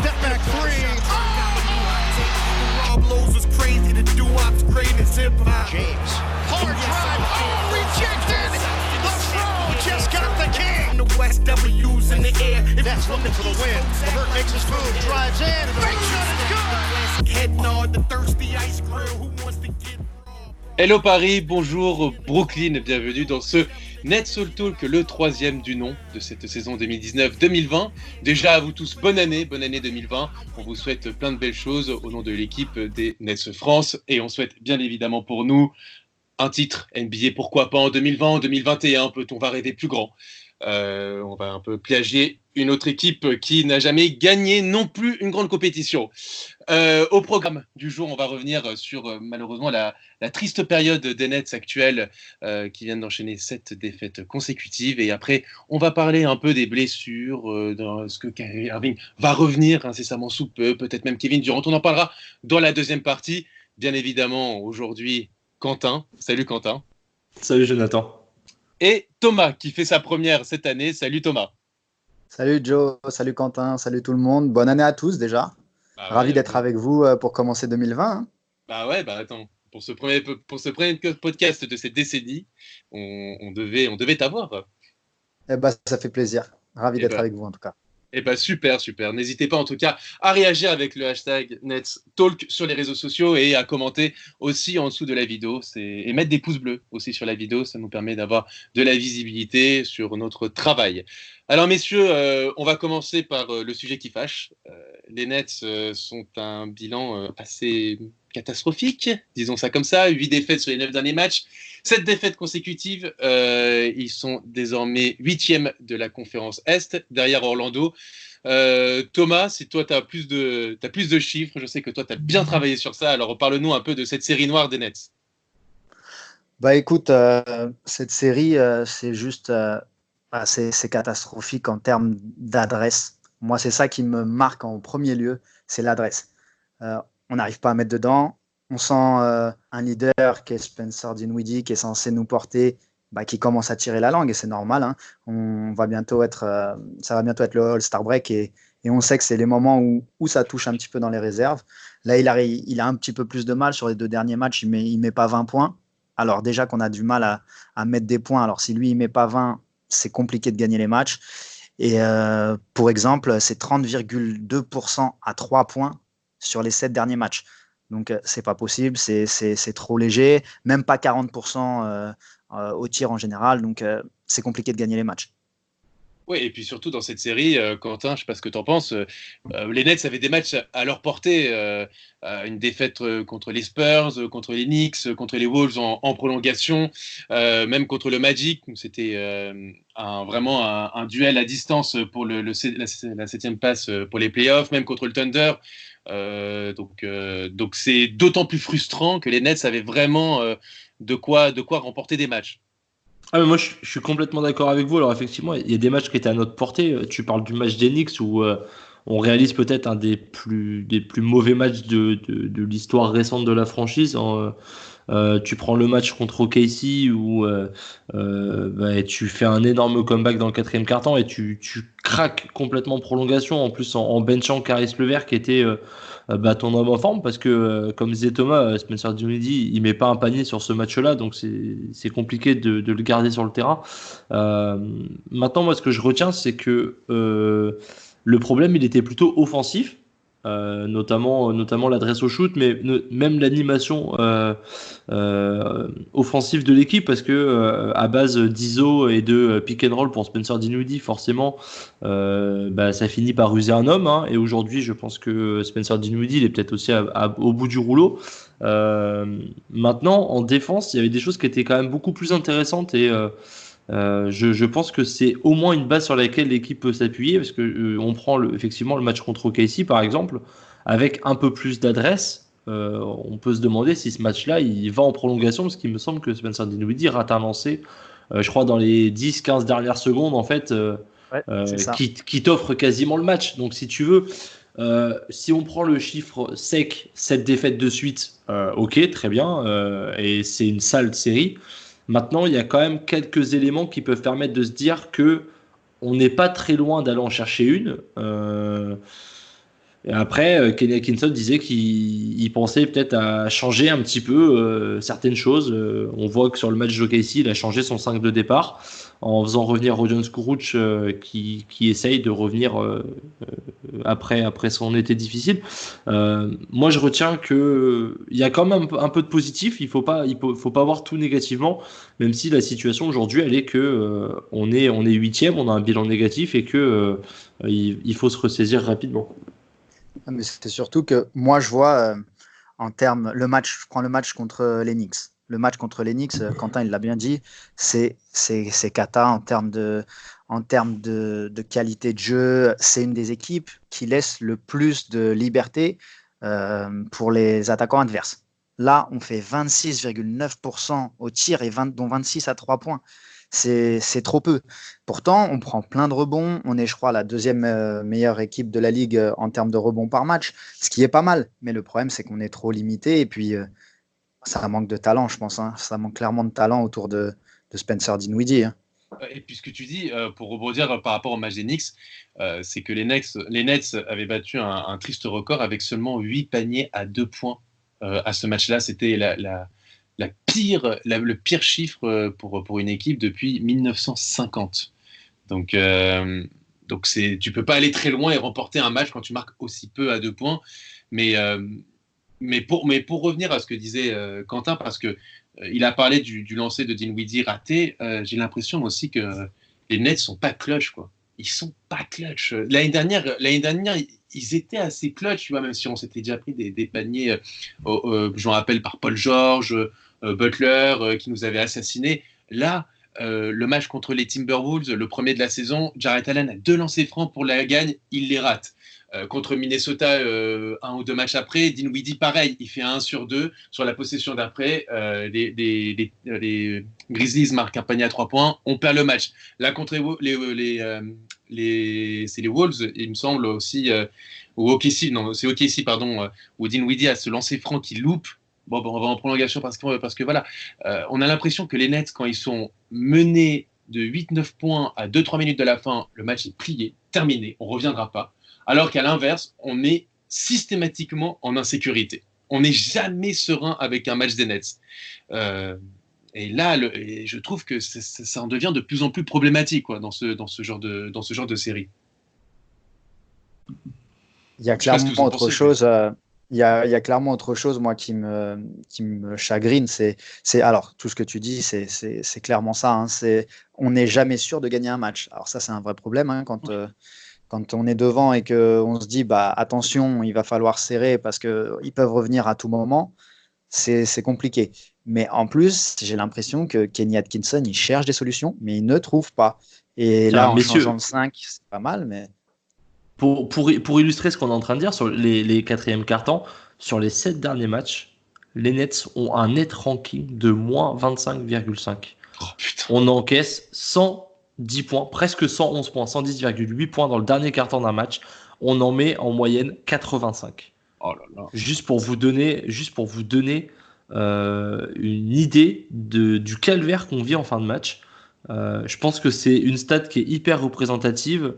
step back three. Oh! Blows was crazy. The doo-wop's great as hip-hop. James, hard drive. Oh, rejected. The throw just got the king. The West W's in the air. Nets looking for the win. LeVert makes his move, drives in. Big shot is good. Heading on the thirsty ice grill. Who wants to get raw? Hello Paris, bonjour Brooklyn, bienvenue dans ce Nets Soul Talk, le troisième du nom de cette saison 2019-2020. Déjà à vous tous, bonne année 2020. On vous souhaite plein de belles choses au nom de l'équipe des Nets France et on souhaite bien évidemment pour nous un titre NBA, pourquoi pas en 2020, en 2021, peut-on va rêver plus grand. On va un peu plagier une autre équipe qui n'a jamais gagné non plus une grande compétition. Au programme du jour, on va revenir sur malheureusement la triste période des Nets actuels qui viennent d'enchaîner 7 défaites consécutives. Et après, on va parler un peu des blessures, dans ce que Kyrie Irving va revenir incessamment sous peu, peut-être même Kevin Durant. On en parlera dans la deuxième partie. Bien évidemment, aujourd'hui, Quentin. Salut Quentin. Salut Jonathan. Et Thomas qui fait sa première cette année. Salut Thomas. Salut Joe, salut Quentin, salut tout le monde. Bonne année à tous déjà. Ravi d'être avec vous pour commencer 2020. Hein. Bah ouais, attends. Pour ce premier podcast de cette décennie, on devait t'avoir. Eh bah, ça fait plaisir. Ravi d'être avec vous en tout cas. Eh ben super. N'hésitez pas en tout cas à réagir avec le hashtag NetsTalk sur les réseaux sociaux et à commenter aussi en dessous de la vidéo et mettre des pouces bleus aussi sur la vidéo. Ça nous permet d'avoir de la visibilité sur notre travail. Alors messieurs, on va commencer par le sujet qui fâche. Les Nets sont un bilan assez catastrophique, disons ça comme ça. 8 défaites sur les 9 derniers matchs. 7 défaites consécutives. Ils sont désormais 8e de la conférence Est, derrière Orlando. Thomas, si toi tu as plus de chiffres, je sais que toi tu as bien travaillé sur ça. Alors parle-nous un peu de cette série noire des Nets. Bah écoute, cette série, c'est juste... c'est catastrophique en termes d'adresse. Moi, c'est ça qui me marque en premier lieu, c'est l'adresse. On n'arrive pas à mettre dedans. On sent un leader qui est Spencer Dinwiddie, qui est censé nous porter, qui commence à tirer la langue, et c'est normal. Hein. Ça va bientôt être le All-Star Break, et on sait que c'est les moments où ça touche un petit peu dans les réserves. Là, il a un petit peu plus de mal sur les 2 derniers matchs. Il met pas 20 points. Alors déjà qu'on a du mal à mettre des points. Alors si lui, il met pas 20, c'est compliqué de gagner les matchs. Et pour exemple, c'est 30,2% à 3 points sur les 7 derniers matchs. Donc, c'est pas possible, c'est trop léger. Même pas 40% au tir en général. Donc, c'est compliqué de gagner les matchs. Oui, et puis surtout dans cette série, Quentin, je ne sais pas ce que tu en penses, les Nets avaient des matchs à leur portée. Une défaite contre les Spurs, contre les Knicks, contre les Wolves en prolongation, même contre le Magic. C'était vraiment un duel à distance pour la 7e place pour les playoffs, même contre le Thunder. Donc c'est d'autant plus frustrant que les Nets avaient vraiment de quoi remporter des matchs. Ah mais moi je suis complètement d'accord avec vous. Alors effectivement il y a des matchs qui étaient à notre portée. Tu parles du match des Knicks où on réalise peut-être un des plus mauvais matchs de l'histoire récente de la franchise. Tu prends le match contre OKC où tu fais un énorme comeback dans le 4e quart-temps et tu craques complètement en prolongation, en plus en benchant Caris LeVert qui était ton homme en forme, parce que comme disait Thomas, Spencer Dinwiddie il met pas un panier sur ce match-là, donc c'est compliqué de le garder sur le terrain. Maintenant moi ce que je retiens c'est que le problème il était plutôt offensif. Notamment l'adresse au shoot, mais même l'animation offensive de l'équipe, parce que à base d'ISO et de pick and roll pour Spencer Dinwiddie, forcément ça finit par user un homme, hein, et aujourd'hui je pense que Spencer Dinwiddie il est peut-être aussi au bout du rouleau. Maintenant en défense il y avait des choses qui étaient quand même beaucoup plus intéressantes, et je pense que c'est au moins une base sur laquelle l'équipe peut s'appuyer, parce que on prend effectivement le match contre OKC par exemple, avec un peu plus d'adresse. On peut se demander si ce match-là il va en prolongation, parce qu'il me semble que Spencer Dinwiddie rate un lancer, je crois dans les 10-15 dernières secondes en fait, qui t'offre quasiment le match. Donc si tu veux, si on prend le chiffre sec, 7 défaites de suite, ok, très bien, et c'est une sale série. Maintenant, il y a quand même quelques éléments qui peuvent permettre de se dire que on n'est pas très loin d'aller en chercher une. Et après, Kenny Atkinson disait qu'il pensait peut-être à changer un petit peu certaines choses. On voit que sur le match d'OKC, il a changé son 5 de départ en faisant revenir Rodion Kuruc qui essaye de revenir après son été difficile. Moi, je retiens que il y a quand même un peu de positif. Il faut pas voir tout négativement, même si la situation aujourd'hui, elle est que on est 8e, on a un bilan négatif et que il faut se ressaisir rapidement. Mais c'était surtout que moi, je vois en termes, je prends le match contre les Knicks. Le match contre les Knicks, Quentin, il l'a bien dit, c'est cata en termes de qualité de jeu. C'est une des équipes qui laisse le plus de liberté pour les attaquants adverses. Là, on fait 26,9% au tir et dont 26 à 3 points. C'est trop peu. Pourtant, on prend plein de rebonds. On est, je crois, la deuxième meilleure équipe de la ligue en termes de rebonds par match, ce qui est pas mal. Mais le problème, c'est qu'on est trop limité et puis ça manque de talent, je pense. Hein. Ça manque clairement de talent autour de Spencer Dinwiddie. Hein. Et puis ce que tu dis, pour rebondir par rapport au match des Knicks, c'est que les Nets avaient battu un triste record avec seulement 8 paniers à 2 points à ce match-là. C'était le pire chiffre pour une équipe depuis 1950. Donc tu peux pas aller très loin et remporter un match quand tu marques aussi peu à 2 points. Mais pour revenir à ce que disait Quentin, parce que il a parlé du lancer de Dinwiddie raté, j'ai l'impression aussi que les Nets sont pas clutch, quoi. Ils sont pas clutch. L'année dernière, ils étaient assez clutch, tu vois, même si on s'était déjà pris des paniers, je me rappelle par Paul George, Butler, qui nous avait assassinés. Là, le match contre les Timberwolves, le premier de la saison, Jarrett Allen a 2 lancers francs pour la gagne, il les rate. Contre Minnesota, 1 ou 2 matchs après, Dinwiddie, pareil, il fait 1 sur 2 sur la possession d'après. Les Grizzlies marquent un panier à 3 points, on perd le match. Là, contre c'est les Wolves, il me semble aussi, ou OKC, non, c'est OKC, pardon, où Dinwiddie a ce lancer franc qui loupe. Bon, on va en prolongation parce que voilà, on a l'impression que les Nets, quand ils sont menés de 8-9 points à 2-3 minutes de la fin, le match est plié, terminé, on ne reviendra pas. Alors qu'à l'inverse, on est systématiquement en insécurité. On n'est jamais serein avec un match des Nets. Et là, je trouve que ça en devient de plus en plus problématique, quoi, dans ce genre de série. Il y a clairement autre chose. Il y a clairement autre chose, moi, qui me chagrine. Alors, tout ce que tu dis, c'est clairement ça. Hein. On n'est jamais sûr de gagner un match. Alors ça, c'est un vrai problème hein, quand on est devant et qu'on se dit attention, il va falloir serrer parce qu'ils peuvent revenir à tout moment, c'est compliqué. Mais en plus, j'ai l'impression que Kenny Atkinson, il cherche des solutions, mais il ne trouve pas. Et là, en changeant le 5, c'est pas mal. Mais... Pour illustrer ce qu'on est en train de dire sur les quatrièmes cartons, sur les 7 derniers matchs, les Nets ont un net ranking de moins 25,5. Oh, putain. On encaisse 110 points, presque 111 points, 110,8 points dans le dernier quart-temps d'un match. On en met en moyenne 85. Oh là là. Juste pour vous donner une idée du calvaire qu'on vit en fin de match. Je pense que c'est une stat qui est hyper représentative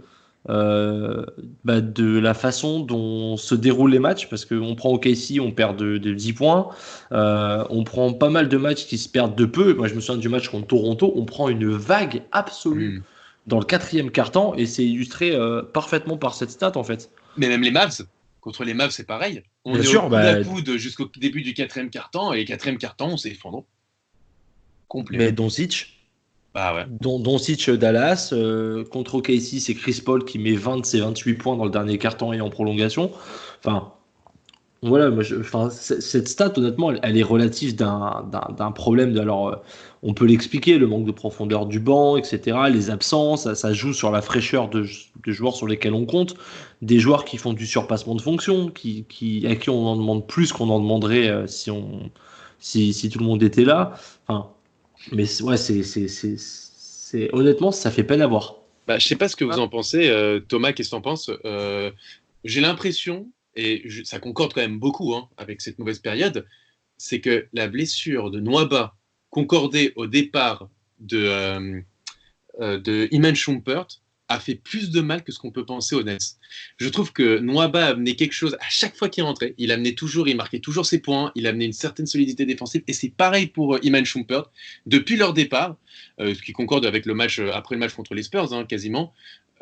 de la façon dont se déroulent les matchs, parce qu'on prend OKC, on perd de 10 points, on prend pas mal de matchs qui se perdent de peu. Moi je me souviens du match contre Toronto, on prend une vague absolue dans le quatrième quart-temps, et c'est illustré parfaitement par cette stat en fait. Mais même les Mavs, contre les Mavs c'est pareil, on Bien est sûr, au coude à coude jusqu'au début du quatrième quart-temps, et le quatrième quart-temps on s'effondre complet. Mais Doncic, ouais. Doncic Dallas, contre OKC, c'est Chris Paul qui met 20 de ses 28 points dans le dernier quart-temps et en prolongation. Enfin, voilà, cette stat, honnêtement, elle est relative d'un problème. Alors, on peut l'expliquer, le manque de profondeur du banc, etc., les absences, ça joue sur la fraîcheur de joueurs sur lesquels on compte, des joueurs qui font du surpassement de fonction, à qui on en demande plus qu'on en demanderait si tout le monde était là. Enfin, mais ouais, c'est honnêtement, ça fait peine à voir. Je sais pas ce que vous en pensez, Thomas, qu'est-ce que t'en penses j'ai l'impression, et ça concorde quand même beaucoup avec cette mauvaise période, c'est que la blessure de Nwaba concordée au départ de Iman Shumpert a fait plus de mal que ce qu'on peut penser aux Nets. Je trouve que Nwaba amenait quelque chose à chaque fois qu'il rentrait. Il marquait toujours ses points, il amenait une certaine solidité défensive. Et c'est pareil pour Iman Shumpert. Depuis leur départ, ce qui concorde avec le match, après le match contre les Spurs, quasiment,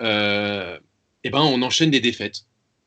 on enchaîne des défaites.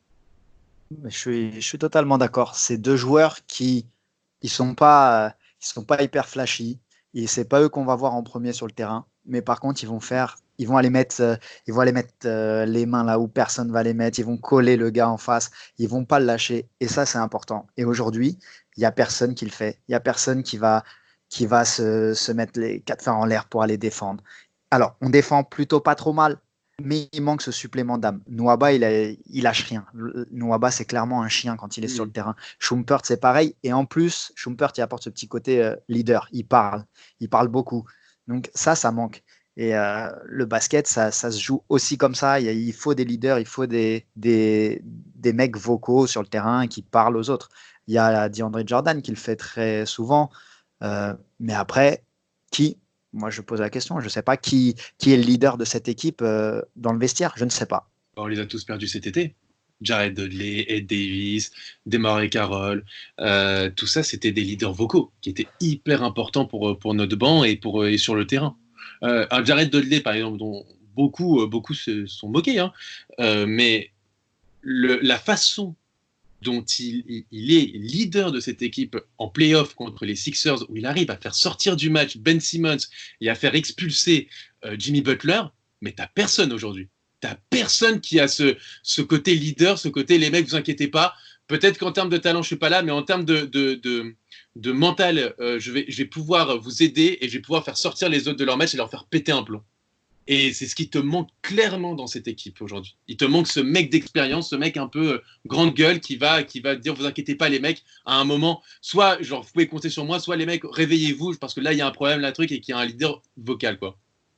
Je suis totalement d'accord. C'est deux joueurs qui ils sont pas hyper flashy. Et c'est pas eux qu'on va voir en premier sur le terrain. Mais par contre, ils vont aller mettre les mains là où personne va les mettre. Ils vont coller le gars en face. Ils vont pas le lâcher. Et ça, c'est important. Et aujourd'hui, il y a personne qui le fait. Il y a personne qui va se mettre les quatre fers en l'air pour aller défendre. Alors, on défend plutôt pas trop mal. Mais il manque ce supplément d'âme. Nwaba, il lâche rien. Nwaba, c'est clairement un chien quand il est sur le terrain. Shumpert, c'est pareil. Et en plus, Shumpert, il apporte ce petit côté leader. Il parle beaucoup. Donc ça manque. Et le basket, ça se joue aussi comme ça. Il faut des leaders, il faut des mecs vocaux sur le terrain qui parlent aux autres. Il y a DeAndre Jordan qui le fait très souvent. Mais après, qui ? Moi, je pose la question. Je ne sais pas qui est le leader de cette équipe dans le vestiaire. Je ne sais pas. On les a tous perdus cet été. Jared Dudley, Ed Davis, DeMarre Carroll, tout ça, c'était des leaders vocaux qui étaient hyper importants pour notre banc et sur le terrain. Un Jared Dudley, par exemple, dont beaucoup se sont moqués, mais la façon dont il est leader de cette équipe en play-off contre les Sixers, où il arrive à faire sortir du match Ben Simmons et à faire expulser Jimmy Butler, mais t'as personne aujourd'hui. T'as personne qui a ce côté leader, ce côté les mecs, vous inquiétez pas. Peut-être qu'en termes de talent, je suis pas là, mais en termes de mental, je vais pouvoir vous aider et je vais pouvoir faire sortir les autres de leur match et leur faire péter un plomb. Et c'est ce qui te manque clairement dans cette équipe aujourd'hui. Il te manque ce mec d'expérience, ce mec un peu grande gueule qui va dire vous inquiétez pas les mecs, à un moment, soit genre vous pouvez compter sur moi, soit les mecs réveillez-vous parce que là il y a un problème, là truc et qu'il y a un leader vocal quoi.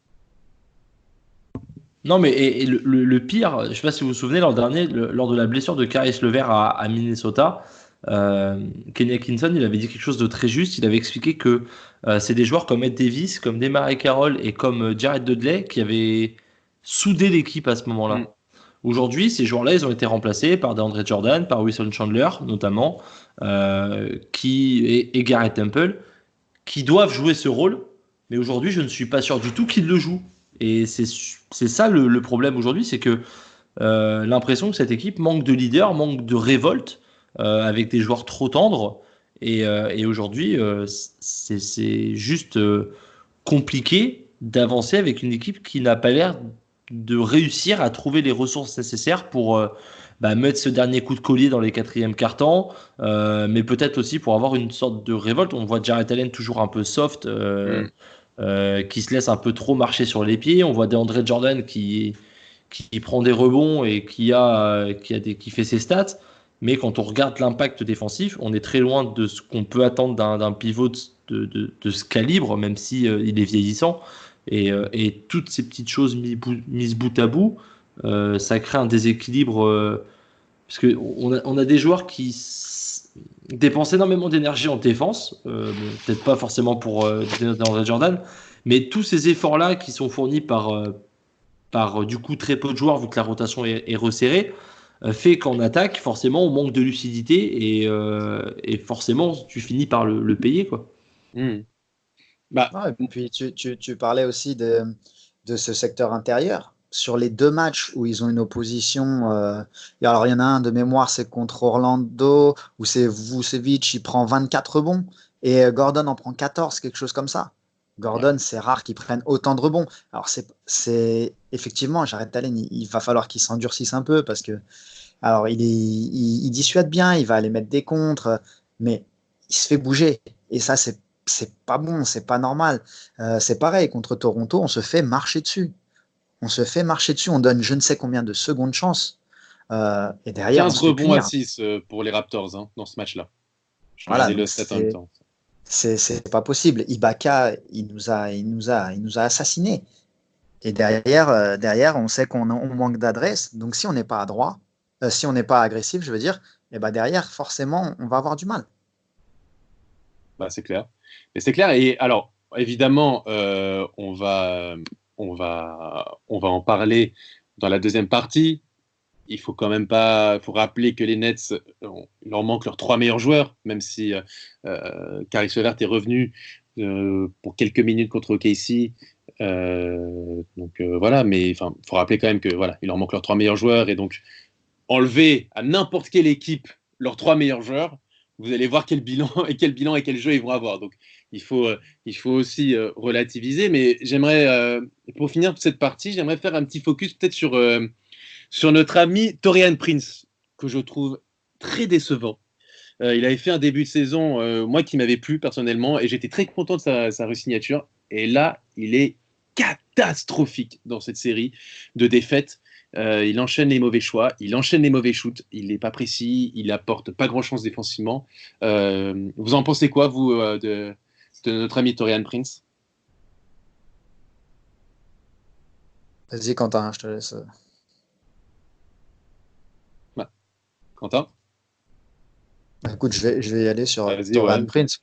Non mais et le pire, je sais pas si vous vous souvenez l'an dernier, lors de la blessure de Caris LeVert à Minnesota, Kenny Atkinson, il avait dit quelque chose de très juste. Il avait expliqué que c'est des joueurs comme Ed Davis, comme DeMarre Carroll et comme Jared Dudley qui avaient soudé l'équipe à ce moment-là. Aujourd'hui, ces joueurs-là, ils ont été remplacés par DeAndre Jordan, par Wilson Chandler notamment, et Garrett Temple, qui doivent jouer ce rôle. Mais aujourd'hui, je ne suis pas sûr du tout qu'ils le jouent. Et c'est ça le problème aujourd'hui, c'est que l'impression que cette équipe manque de leader, manque de révolte, avec des joueurs trop tendres. Et aujourd'hui, c'est juste compliqué d'avancer avec une équipe qui n'a pas l'air de réussir à trouver les ressources nécessaires pour mettre ce dernier coup de collier dans les quatrièmes quart-temps, mais peut-être aussi pour avoir une sorte de révolte. On voit Jarrett Allen toujours un peu soft, qui se laisse un peu trop marcher sur les pieds. On voit DeAndre Jordan qui prend des rebonds et qui fait ses stats. Mais quand on regarde l'impact défensif, on est très loin de ce qu'on peut attendre d'un pivot de ce calibre, même si il est vieillissant. Et toutes ces petites choses mises bout à bout, ça crée un déséquilibre. Parce qu'on a des joueurs qui dépensent énormément d'énergie en défense, peut-être pas forcément pour DeAndre Jordan, mais tous ces efforts-là qui sont fournis par du coup très peu de joueurs, vu que la rotation est resserrée, fait qu'en attaque, forcément, on manque de lucidité et forcément, tu finis par le payer, quoi. Et puis, tu parlais aussi de ce secteur intérieur. Sur les deux matchs où ils ont une opposition, alors il y en a un de mémoire, c'est contre Orlando, où c'est Vucevic, il prend 24 rebonds, et Gordon en prend 14, quelque chose comme ça. Gordon, c'est rare qu'il prenne autant de rebonds. Alors, c'est effectivement, Jarrett Allen, il va falloir qu'il s'endurcisse un peu parce que, alors, il dissuade bien, il va aller mettre des contres, mais il se fait bouger. Et ça, c'est pas bon, c'est pas normal. C'est pareil, contre Toronto, on se fait marcher dessus. On donne je ne sais combien de secondes chance. Et derrière, 15 rebonds à 6 pour les Raptors dans ce match-là. Je vais le stat en même temps. C'est pas possible. Ibaka, il nous a assassinés. Et derrière, on sait qu'on manque d'adresse. Donc, si on n'est pas adroit, si on n'est pas agressif, je veux dire, et derrière, forcément, on va avoir du mal. C'est clair. Mais c'est clair. Et alors, évidemment, on va on va en parler dans la deuxième partie. Il faut quand même pas, faut rappeler que les Nets, il leur manque leurs 3 meilleurs joueurs, même si Caris LeVert est revenu pour quelques minutes contre OKC. Voilà, mais il faut rappeler quand même que voilà, il leur manque leurs 3 meilleurs joueurs, et donc enlever à n'importe quelle équipe leurs 3 meilleurs joueurs, vous allez voir quel bilan et quel jeu ils vont avoir. Donc il faut aussi relativiser. Mais j'aimerais, pour finir cette partie, j'aimerais faire un petit focus peut-être sur notre ami Taurean Prince, que je trouve très décevant. Il avait fait un début de saison, moi, qui m'avait plu personnellement, et j'étais très content de sa re-signature. Et là, il est catastrophique dans cette série de défaites. Il enchaîne les mauvais choix, il enchaîne les mauvais shoots, il n'est pas précis, il apporte pas grand-chose défensivement. Vous en pensez quoi, vous, de notre ami Taurean Prince? Vas-y, Quentin, je te laisse. Quentin? Écoute, je vais y aller sur Vas-y, Taurean ouais. Prince.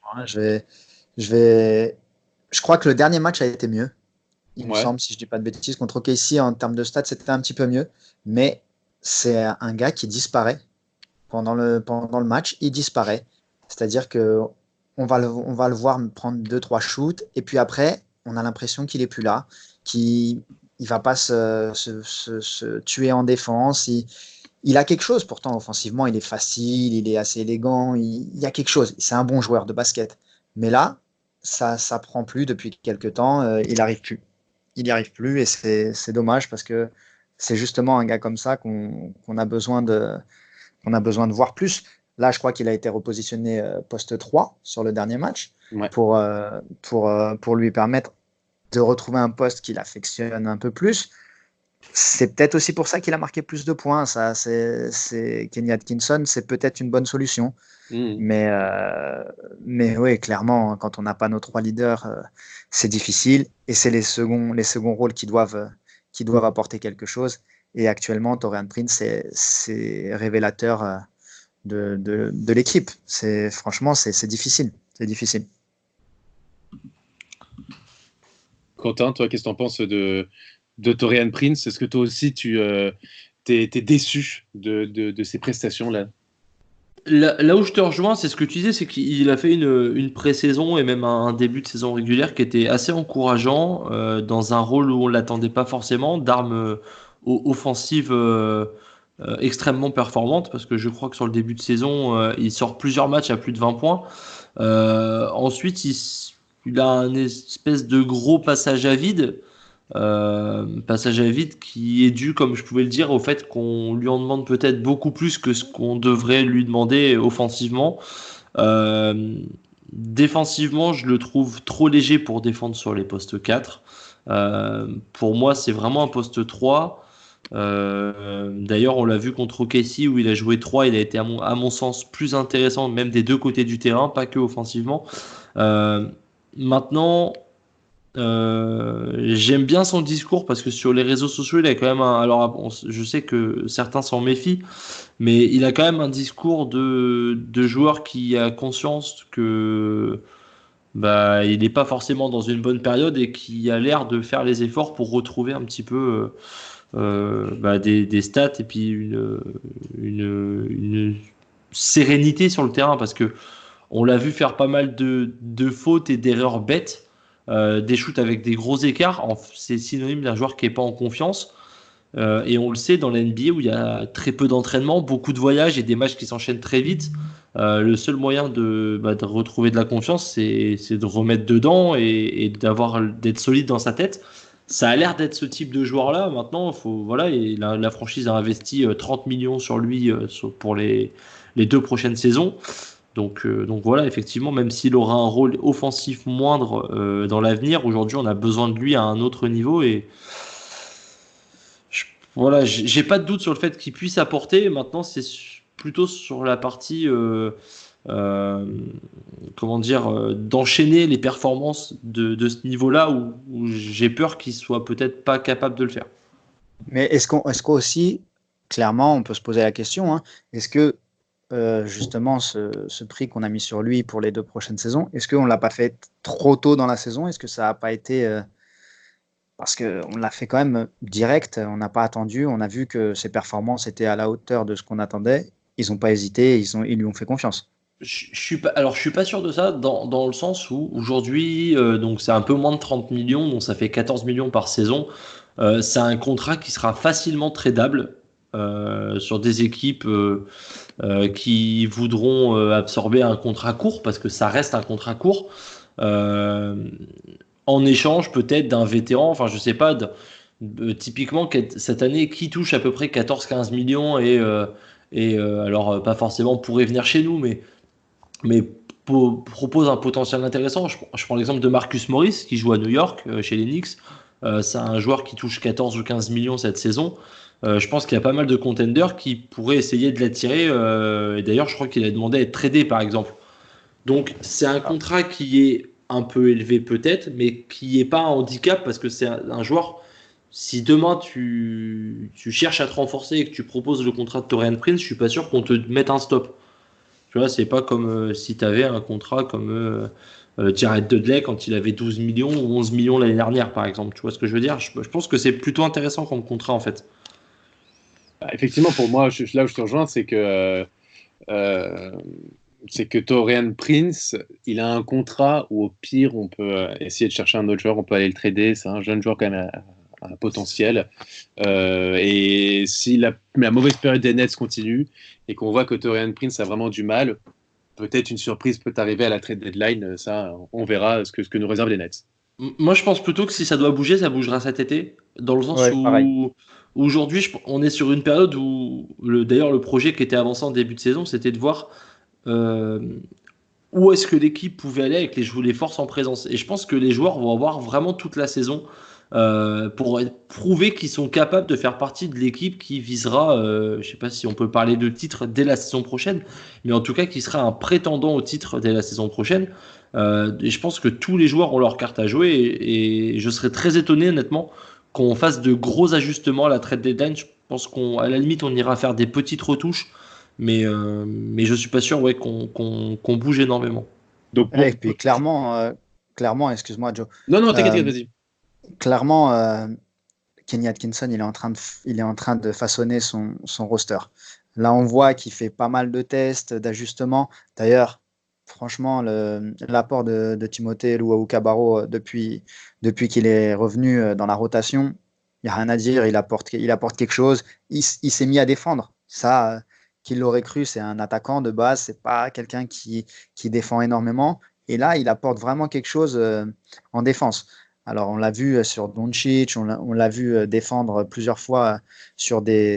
Je crois que le dernier match a été mieux. Il me semble, si je dis pas de bêtises, contre OKC en termes de stats, c'était un petit peu mieux. Mais c'est un gars qui disparaît pendant le match. Il disparaît. C'est-à-dire que on va le voir prendre 2-3 shoots, et puis après, on a l'impression qu'il est plus là, qu'il va pas se tuer en défense. Il a quelque chose, pourtant offensivement, il est facile, il est assez élégant, il y a quelque chose. C'est un bon joueur de basket. Mais là, ça prend plus depuis quelques temps. Il n'y arrive plus, et c'est dommage, parce que c'est justement un gars comme ça qu'on a besoin de voir plus. Là, je crois qu'il a été repositionné poste 3 sur le dernier match, pour lui permettre de retrouver un poste qu'il affectionne un peu plus. C'est peut-être aussi pour ça qu'il a marqué plus de points. Ça, c'est Kenny Atkinson, c'est peut-être une bonne solution. Mais oui, clairement, quand on n'a pas nos 3 leaders, c'est difficile. Et c'est les seconds rôles qui doivent apporter quelque chose. Et actuellement, Taurean Prince, c'est révélateur de l'équipe. Franchement, c'est difficile. C'est difficile. Quentin, toi, qu'est-ce que tu en penses de Taurean Prince? Est-ce que toi aussi, tu t'es déçu de ses prestations-là? Là où je te rejoins, c'est ce que tu disais, c'est qu'il a fait une pré-saison et même un début de saison régulière qui était assez encourageant, dans un rôle où on ne l'attendait pas forcément, d'armes offensives extrêmement performantes, parce que je crois que sur le début de saison, il sort plusieurs matchs à plus de 20 points. Ensuite, il a un espèce de gros passage à vide. Qui est dû, comme je pouvais le dire, au fait qu'on lui en demande peut-être beaucoup plus que ce qu'on devrait lui demander offensivement. Défensivement, je le trouve trop léger pour défendre sur les postes 4. Pour moi, c'est vraiment un poste 3. D'ailleurs, on l'a vu contre OKC où il a joué 3. Il a été, à mon sens, plus intéressant, même des deux côtés du terrain, pas que offensivement. Maintenant, j'aime bien son discours, parce que sur les réseaux sociaux, il a quand même je sais que certains s'en méfient, mais il a quand même un discours de joueur qui a conscience que il n'est pas forcément dans une bonne période, et qui a l'air de faire les efforts pour retrouver un petit peu des stats, et puis une sérénité sur le terrain, parce que on l'a vu faire pas mal de fautes et d'erreurs bêtes. Des shoots avec des gros écarts, c'est synonyme d'un joueur qui n'est pas en confiance. Et on le sait, dans la NBA où il y a très peu d'entraînement, beaucoup de voyages et des matchs qui s'enchaînent très vite, le seul moyen de retrouver de la confiance, c'est de remettre dedans et d'être solide dans sa tête. Ça a l'air d'être ce type de joueur-là. Maintenant, la franchise a investi 30 millions sur lui pour les 2 prochaines saisons. Donc voilà, effectivement, même s'il aura un rôle offensif moindre dans l'avenir, aujourd'hui on a besoin de lui à un autre niveau, et j'ai pas de doute sur le fait qu'il puisse apporter. Maintenant, c'est plutôt sur la partie d'enchaîner les performances de ce niveau-là où j'ai peur qu'il soit peut-être pas capable de le faire. Mais est-ce qu'aussi, clairement, on peut se poser la question, est-ce que justement ce prix qu'on a mis sur lui pour les 2 prochaines saisons, est-ce qu'on ne l'a pas fait trop tôt dans la saison? Est-ce que ça n'a pas été parce qu'on l'a fait quand même direct, on n'a pas attendu, on a vu que ses performances étaient à la hauteur de ce qu'on attendait. Ils n'ont pas hésité, ils lui ont fait confiance. Je suis pas sûr de ça dans le sens où aujourd'hui, donc c'est un peu moins de 30 millions, donc ça fait 14 millions par saison. C'est un contrat qui sera facilement tradable sur des équipes qui voudront absorber un contrat court, parce que ça reste un contrat court, euh, en échange peut-être d'un vétéran, enfin je sais pas, typiquement cette année, qui touche à peu près 14-15 millions alors pas forcément pourrait venir chez nous, mais propose un potentiel intéressant. Je prends l'exemple de Marcus Morris qui joue à New York chez les Knicks. C'est un joueur qui touche 14 ou 15 millions cette saison. Je pense qu'il y a pas mal de contenders qui pourraient essayer de l'attirer. Et d'ailleurs, je crois qu'il a demandé à être tradé, par exemple. Donc, c'est un contrat qui est un peu élevé peut-être, mais qui n'est pas un handicap parce que c'est un joueur. Si demain tu cherches à te renforcer et que tu proposes le contrat de Taurean Prince, je suis pas sûr qu'on te mette un stop. Tu vois, c'est pas comme si tu avais un contrat comme Jared Dudley quand il avait 12 millions ou 11 millions l'année dernière, par exemple. Tu vois ce que je veux dire? Je pense que c'est plutôt intéressant comme contrat, en fait. Effectivement, pour moi, là où je te rejoins, c'est que Taurean Prince, il a un contrat où au pire, on peut essayer de chercher un autre joueur, on peut aller le trader. C'est un jeune joueur quand même à un potentiel. Et si la mauvaise période des Nets continue et qu'on voit que Taurean Prince a vraiment du mal, peut-être une surprise peut arriver à la trade deadline. Ça, on verra ce que nous réservent les Nets. Moi, je pense plutôt que si ça doit bouger, ça bougera cet été. Dans le sens Ouais, pareil. où aujourd'hui, on est sur une période où, d'ailleurs, le projet qui était avancé en début de saison, c'était de voir euh, où est-ce que l'équipe pouvait aller avec les forces en présence. Et je pense que les joueurs vont avoir vraiment toute la saison pour prouver qu'ils sont capables de faire partie de l'équipe qui visera, je ne sais pas si on peut parler de titre dès la saison prochaine, mais en tout cas qui sera un prétendant au titre dès la saison prochaine. Et je pense que tous les joueurs ont leur carte à jouer et je serais très étonné honnêtement qu'on fasse de gros ajustements à la trade deadline. Je pense qu'à la limite on ira faire des petites retouches, mais je suis pas sûr qu'on bouge énormément. Donc, Et puis clairement, excuse-moi Joe, non, t'inquiète, vas-y. clairement, Kenny Atkinson, il est en train de façonner son roster. Là, on voit qu'il fait pas mal de tests, d'ajustements. D'ailleurs, franchement, l'apport de Timothée Luwawu-Cabarrot depuis qu'il est revenu dans la rotation, il n'y a rien à dire. Il apporte quelque chose. Il s'est mis à défendre. Ça, qui l'aurait cru, c'est un attaquant de base. C'est pas quelqu'un qui défend énormément. Et là, il apporte vraiment quelque chose en défense. Alors, on l'a vu sur Doncic, on l'a vu défendre plusieurs fois sur des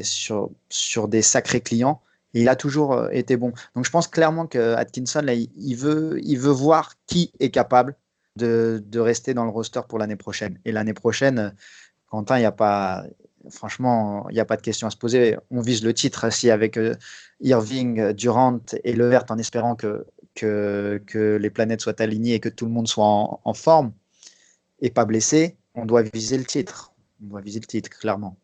sacrés clients. Et il a toujours été bon. Donc, je pense clairement que Atkinson, là, il veut voir qui est capable de rester dans le roster pour l'année prochaine. Et l'année prochaine, Quentin, franchement, il n'y a pas de question à se poser. On vise le titre si avec Irving, Durant et Levert, en espérant que les planètes soient alignées et que tout le monde soit en forme et pas blessé, on doit viser le titre. On doit viser le titre, clairement.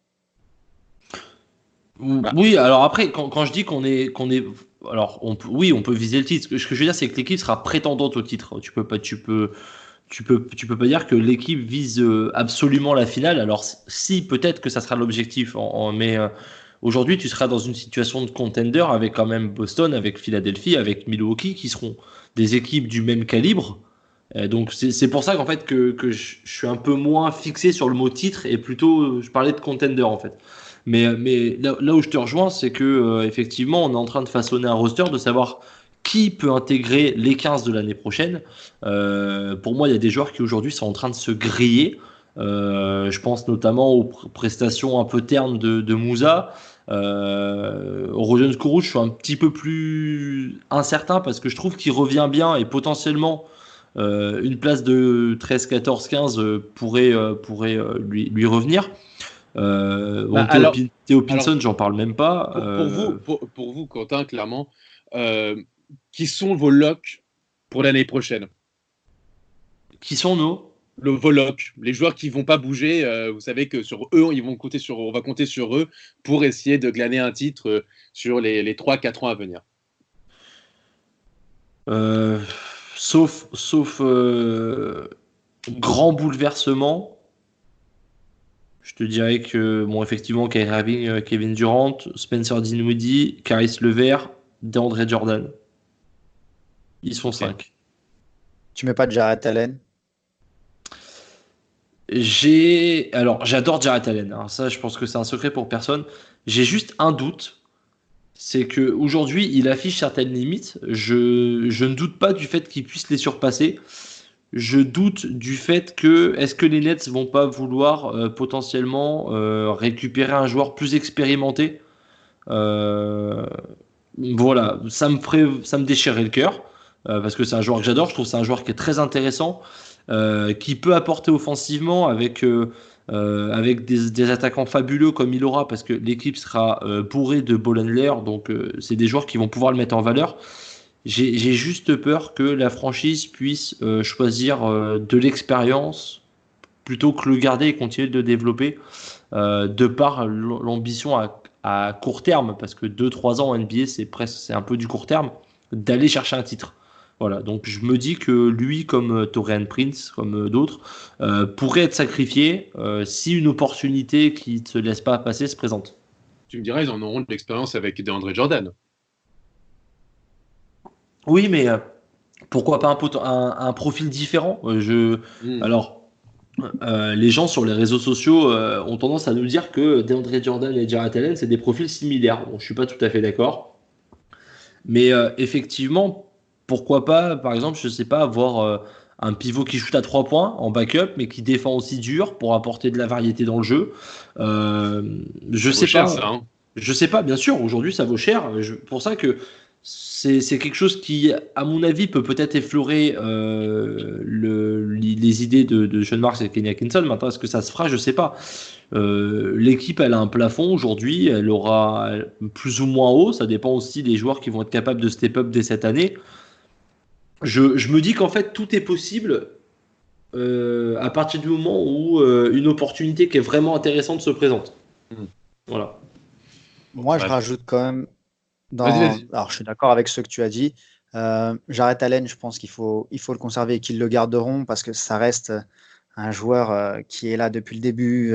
Oui, alors après, quand je dis qu'on est, alors oui, on peut viser le titre. Ce que je veux dire, c'est que l'équipe sera prétendante au titre. Tu peux pas dire que l'équipe vise absolument la finale. Alors si, peut-être que ça sera l'objectif, mais aujourd'hui, tu seras dans une situation de contender avec quand même Boston, avec Philadelphie, avec Milwaukee, qui seront des équipes du même calibre. Donc c'est pour ça qu'en fait que je suis un peu moins fixé sur le mot titre et plutôt je parlais de contender en fait. Mais là où je te rejoins, c'est que effectivement, on est en train de façonner un roster, de savoir qui peut intégrer les 15 de l'année prochaine. Pour moi, il y a des joueurs qui aujourd'hui sont en train de se griller. Je pense notamment aux prestations un peu ternes de Moussa. Rodion Kuruc, je suis un petit peu plus incertain parce que je trouve qu'il revient bien et potentiellement une place de 13, 14, 15 pourrait lui revenir. Théo Pinson, j'en parle même pas. Pour vous, Quentin, clairement, qui sont vos locks pour l'année prochaine? Qui sont vos locks, les joueurs qui vont pas bouger? Vous savez que sur eux, on va compter sur eux pour essayer de glaner un titre sur les 3-4 ans à venir. Sauf grand bouleversement. Je te dirais que, bon, effectivement, Kyrie Irving, Kevin Durant, Spencer Dinwiddie, Caris LeVert, DeAndre Jordan. Ils sont 5. Tu mets pas de Jarrett Allen? Alors, j'adore Jarrett Allen. Hein. Ça, je pense que c'est un secret pour personne. J'ai juste un doute. C'est qu'aujourd'hui, il affiche certaines limites. Je ne doute pas du fait qu'il puisse les surpasser. Je doute du fait que est-ce que les Nets vont pas vouloir potentiellement récupérer un joueur plus expérimenté. Voilà, ça me déchirerait le cœur parce que c'est un joueur que j'adore. Je trouve que c'est un joueur qui est très intéressant, qui peut apporter offensivement avec des attaquants fabuleux comme il aura parce que l'équipe sera bourrée de ball handlers. Donc c'est des joueurs qui vont pouvoir le mettre en valeur. J'ai juste peur que la franchise puisse choisir de l'expérience plutôt que le garder et continuer de le développer de par l'ambition à court terme, parce que 2-3 ans en NBA, c'est un peu du court terme, d'aller chercher un titre. Voilà, donc je me dis que lui, comme Taurean Prince, comme d'autres, pourrait être sacrifié si une opportunité qui ne se laisse pas passer se présente. Tu me diras, ils en auront de l'expérience avec DeAndre Jordan. Oui, mais pourquoi pas un profil différent Alors, les gens sur les réseaux sociaux ont tendance à nous dire que DeAndre Jordan et Jarrett Allen, c'est des profils similaires. Bon, je ne suis pas tout à fait d'accord. Mais effectivement, pourquoi pas, par exemple, je ne sais pas, avoir un pivot qui shoot à 3 points en backup, mais qui défend aussi dur pour apporter de la variété dans le jeu. Je sais pas. Ça, hein. Je sais pas, bien sûr, aujourd'hui ça vaut cher. Pour ça que c'est quelque chose qui, à mon avis, peut-être effleurer les idées de Sean Marks et Kenny Atkinson. Maintenant, est-ce que ça se fera? Je sais pas. L'équipe, elle a un plafond aujourd'hui. Elle aura plus ou moins haut. Ça dépend aussi des joueurs qui vont être capables de step up dès cette année. Je me dis qu'en fait, tout est possible à partir du moment où une opportunité qui est vraiment intéressante se présente. Voilà. Moi, je rajoute quand même... Vas-y. Alors, je suis d'accord avec ce que tu as dit. Jarrett Allen, je pense qu'il faut le conserver et qu'ils le garderont parce que ça reste un joueur qui est là depuis le début,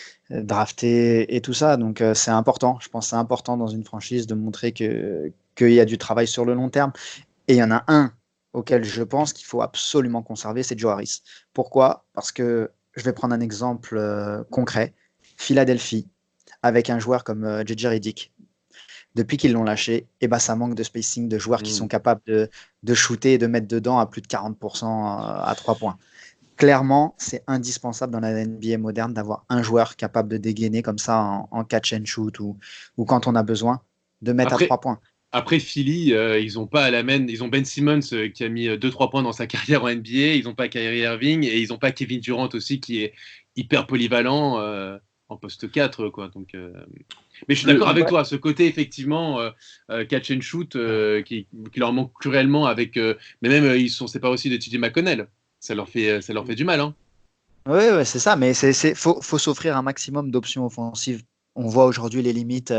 drafté et tout ça. Donc, c'est important. Je pense que c'est important dans une franchise de montrer qu'il y a du travail sur le long terme. Et il y en a un auquel je pense qu'il faut absolument conserver, c'est Joe Harris. Pourquoi? Parce que je vais prendre un exemple concret. Philadelphie, avec un joueur comme JJ Redick. Depuis qu'ils l'ont lâché, ça manque de spacing, de joueurs qui sont capables de shooter et de mettre dedans à plus de 40% à 3 points. Clairement, c'est indispensable dans la NBA moderne d'avoir un joueur capable de dégainer comme ça en catch and shoot ou quand on a besoin de mettre à 3 points. Après Philly, ils ont pas à la main, ils ont Ben Simmons qui a mis 2-3 points dans sa carrière en NBA, ils n'ont pas Kyrie Irving et ils n'ont pas Kevin Durant aussi qui est hyper polyvalent en poste 4 quoi. Donc mais je suis d'accord avec toi, ce côté effectivement catch and shoot qui leur manque cruellement avec mais même c'est pas aussi de TJ McConnell. Ça leur fait du mal hein. Oui, c'est ça, mais faut s'offrir un maximum d'options offensives. On voit aujourd'hui les limites.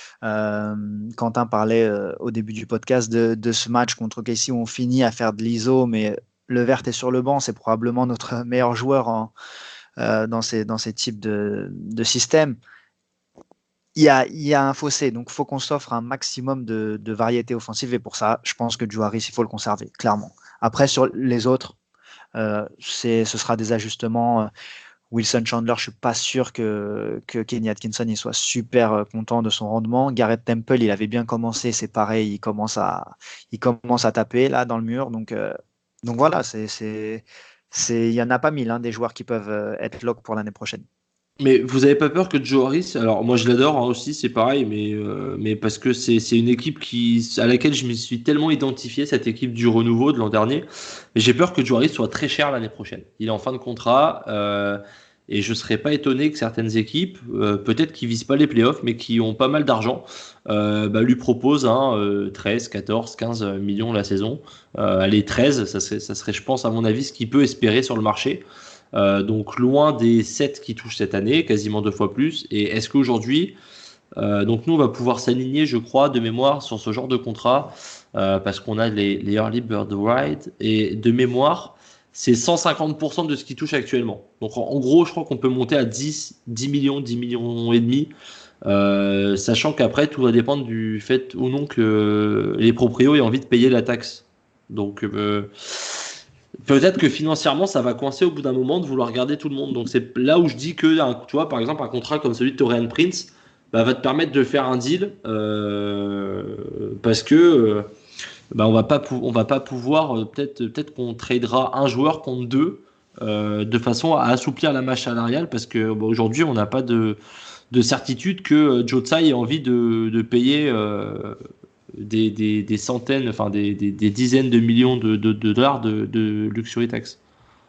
Quentin parlait au début du podcast de ce match contre OKC où on finit à faire de l'ISO, mais LeVert est sur le banc, c'est probablement notre meilleur joueur dans ces types de systèmes. Il y a un fossé, donc il faut qu'on s'offre un maximum de variété offensive et pour ça, je pense que Joe Harris, il faut le conserver, clairement. Après, sur les autres, ce sera des ajustements. Wilson Chandler, je ne suis pas sûr que Kenny Atkinson il soit super content de son rendement. Garrett Temple, il avait bien commencé, c'est pareil, il commence à taper là dans le mur. Donc voilà, il y en a pas 1000 des joueurs qui peuvent être lock pour l'année prochaine. Mais vous avez pas peur que Joe Harris, alors moi je l'adore aussi, c'est pareil, mais parce que c'est une équipe à laquelle je me suis tellement identifié, cette équipe du renouveau de l'an dernier, mais j'ai peur que Joe Harris soit très cher l'année prochaine. Il est en fin de contrat et je serais pas étonné que certaines équipes, peut-être qui visent pas les playoffs, mais qui ont pas mal d'argent, lui proposent 13, 14, 15 millions la saison. Allez, 13, ça serait je pense à mon avis ce qu'il peut espérer sur le marché. Donc loin des 7 qui touchent cette année, quasiment 2 fois plus. Et est-ce qu'aujourd'hui, donc nous on va pouvoir s'aligner, je crois, de mémoire sur ce genre de contrat parce qu'on a les early bird rights et de mémoire, c'est 150% de ce qu'il touche actuellement. Donc en gros, je crois qu'on peut monter à 10 millions, 10 millions et demi, sachant qu'après, tout va dépendre du fait ou non que les proprios aient envie de payer la taxe. Donc peut-être que financièrement, ça va coincer au bout d'un moment de vouloir garder tout le monde. Donc c'est là où je dis que, tu vois, par exemple, un contrat comme celui de Taurean Prince va te permettre de faire un deal parce que on va pas pouvoir, peut-être qu'on tradera un joueur contre deux de façon à assouplir la masse salariale parce que aujourd'hui, on n'a pas de certitude que Joe Tsai ait envie de payer des centaines, enfin des dizaines de millions de dollars de luxury tax.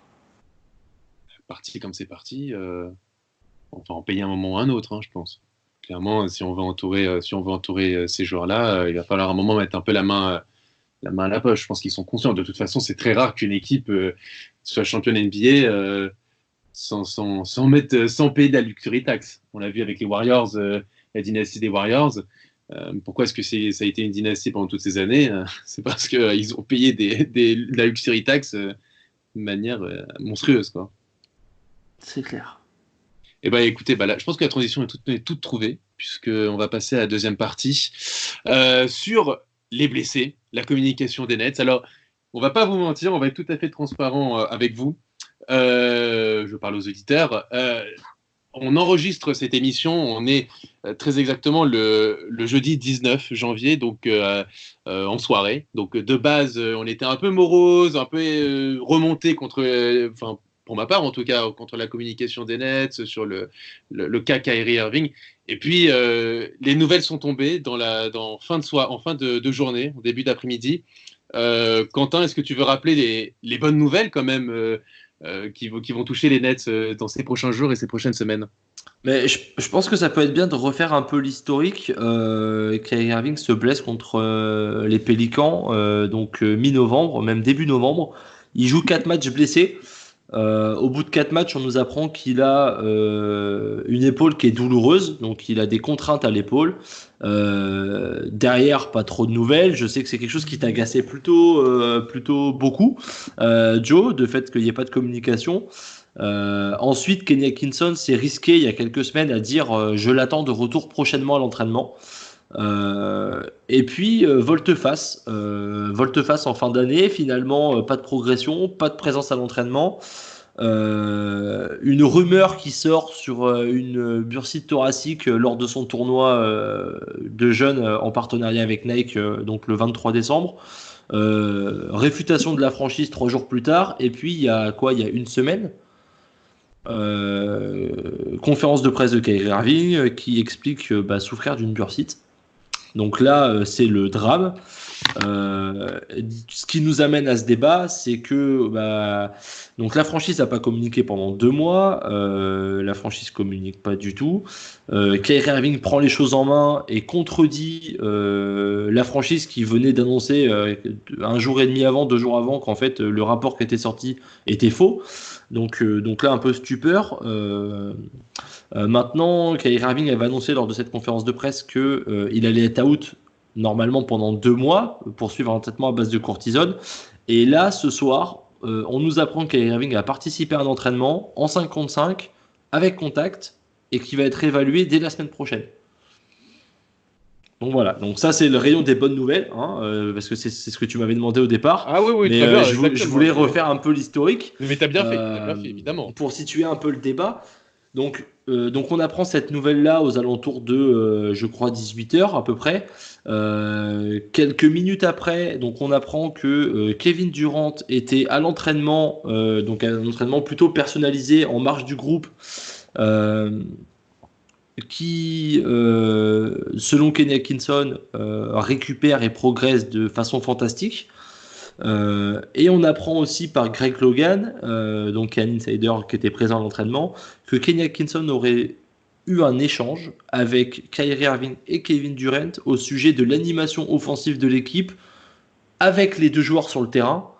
Parti comme c'est parti, on va en payer un moment ou un autre, hein, je pense. Clairement, si on veut entourer ces joueurs-là, il va falloir un moment mettre un peu la main à la poche. Je pense qu'ils sont conscients. De toute façon, c'est très rare qu'une équipe soit championne NBA sans payer de la luxury tax. On l'a vu avec les Warriors, la dynastie des Warriors. Pourquoi est-ce que ça a été une dynastie pendant toutes ces années? C'est parce qu'ils ont payé de la luxury tax de manière monstrueuse, quoi. C'est clair. Eh ben, écoutez, là, je pense que la transition est toute trouvée, puisqu'on va passer à la deuxième partie sur les blessés, la communication des Nets. Alors, on va pas vous mentir, on va être tout à fait transparent avec vous. Je parle aux auditeurs. On enregistre cette émission, on est très exactement le jeudi 19 janvier, donc en soirée. Donc de base, on était un peu morose, un peu remonté contre, pour ma part en tout cas, contre la communication des Nets, sur le cas Kyrie Irving. Et puis les nouvelles sont tombées en fin de journée, au début d'après-midi. Quentin, est-ce que tu veux rappeler les bonnes nouvelles quand même qui vont toucher les Nets dans ces prochains jours et ces prochaines semaines? Mais je pense que ça peut être bien de refaire un peu l'historique. Kyrie Irving se blesse contre les Pélicans, donc mi-novembre, même début novembre. Il joue 4 matchs blessés. Au bout de 4 matchs, on nous apprend qu'il a une épaule qui est douloureuse, donc il a des contraintes à l'épaule. Derrière, pas trop de nouvelles. Je sais que c'est quelque chose qui t'agaçait plutôt beaucoup, Joe, de fait qu'il n'y ait pas de communication. Ensuite, Kenny Atkinson s'est risqué il y a quelques semaines à dire je l'attends de retour prochainement à l'entraînement. Et puis volte-face en fin d'année, finalement pas de progression, pas de présence à l'entraînement, une rumeur qui sort sur une bursite thoracique lors de son tournoi de jeunes en partenariat avec Nike, donc le 23 décembre. Réfutation de la franchise 3 jours plus tard, et puis il y a une semaine, conférence de presse de Kyrie Irving qui explique souffrir d'une bursite. Donc là, c'est le drame. Ce qui nous amène à ce débat, c'est que donc la franchise n'a pas communiqué pendant 2 mois. La franchise communique pas du tout. Kyrie Irving prend les choses en main et contredit la franchise qui venait d'annoncer un jour et demi avant, 2 jours avant, qu'en fait le rapport qui était sorti était faux. Donc là, un peu stupeur. Maintenant, Kyrie Irving avait annoncé lors de cette conférence de presse qu'il allait être out normalement pendant 2 mois pour suivre un traitement à base de cortisone. Et là, ce soir, on nous apprend que Kyrie Irving a participé à un entraînement en 5 contre 5 avec contact et qui va être évalué dès la semaine prochaine. Donc voilà, donc ça c'est le rayon des bonnes nouvelles, parce que c'est ce que tu m'avais demandé au départ. Ah oui, mais très bien. Je voulais refaire un peu l'historique. Mais t'as bien fait, évidemment. Pour situer un peu le débat. Donc on apprend cette nouvelle-là aux alentours de, je crois, 18h à peu près. Quelques minutes après, donc on apprend que Kevin Durant était à l'entraînement, donc un entraînement plutôt personnalisé en marge du groupe, qui, selon Kenny Atkinson, récupère et progresse de façon fantastique. Et on apprend aussi par Greg Logan, donc un insider qui était présent à l'entraînement, que Kenny Atkinson aurait eu un échange avec Kyrie Irving et Kevin Durant au sujet de l'animation offensive de l'équipe avec les 2 joueurs sur le terrain.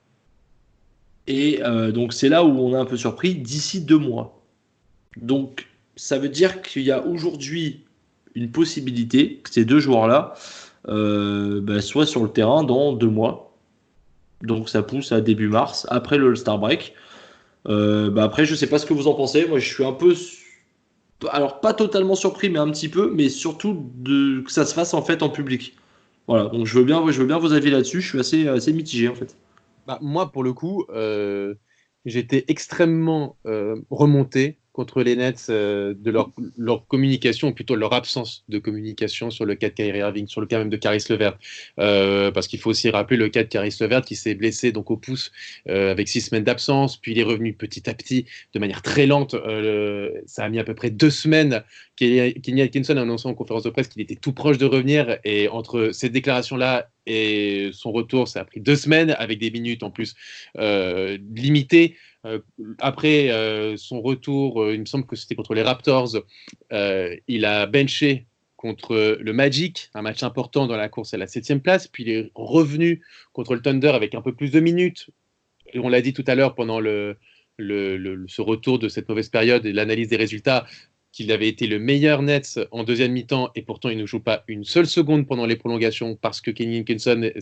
Et donc c'est là où on est un peu surpris, d'ici 2 mois. Donc ça veut dire qu'il y a aujourd'hui une possibilité que ces 2 joueurs-là soient sur le terrain dans 2 mois. Donc ça pousse à début mars, après le All-Star Break. Après, je sais pas ce que vous en pensez. Moi, je suis un peu, alors pas totalement surpris, mais un petit peu, mais surtout que ça se fasse en fait en public. Voilà. Donc je veux bien vos avis là-dessus. Je suis assez mitigé en fait. Bah, moi, pour le coup, j'étais extrêmement remonté contre les Nets de leur communication, ou plutôt leur absence de communication sur le cas de Kyrie Irving, sur le cas même de Caris LeVert. Parce qu'il faut aussi rappeler le cas de Caris LeVert qui s'est blessé donc au pouce avec 6 semaines d'absence, puis il est revenu petit à petit de manière très lente. Ça a mis à peu près 2 semaines. Kenny Atkinson a annoncé en conférence de presse qu'il était tout proche de revenir, et entre cette déclaration-là et son retour, ça a pris 2 semaines avec des minutes en plus limitées. Après son retour, il me semble que c'était contre les Raptors, il a benché contre le Magic, un match important dans la course à la 7e place, puis il est revenu contre le Thunder avec un peu plus de minutes. Et on l'a dit tout à l'heure pendant ce retour de cette mauvaise période et l'analyse des résultats, qu'il avait été le meilleur Nets en deuxième mi-temps, et pourtant il ne joue pas une seule seconde pendant les prolongations parce que Kenny Atkinson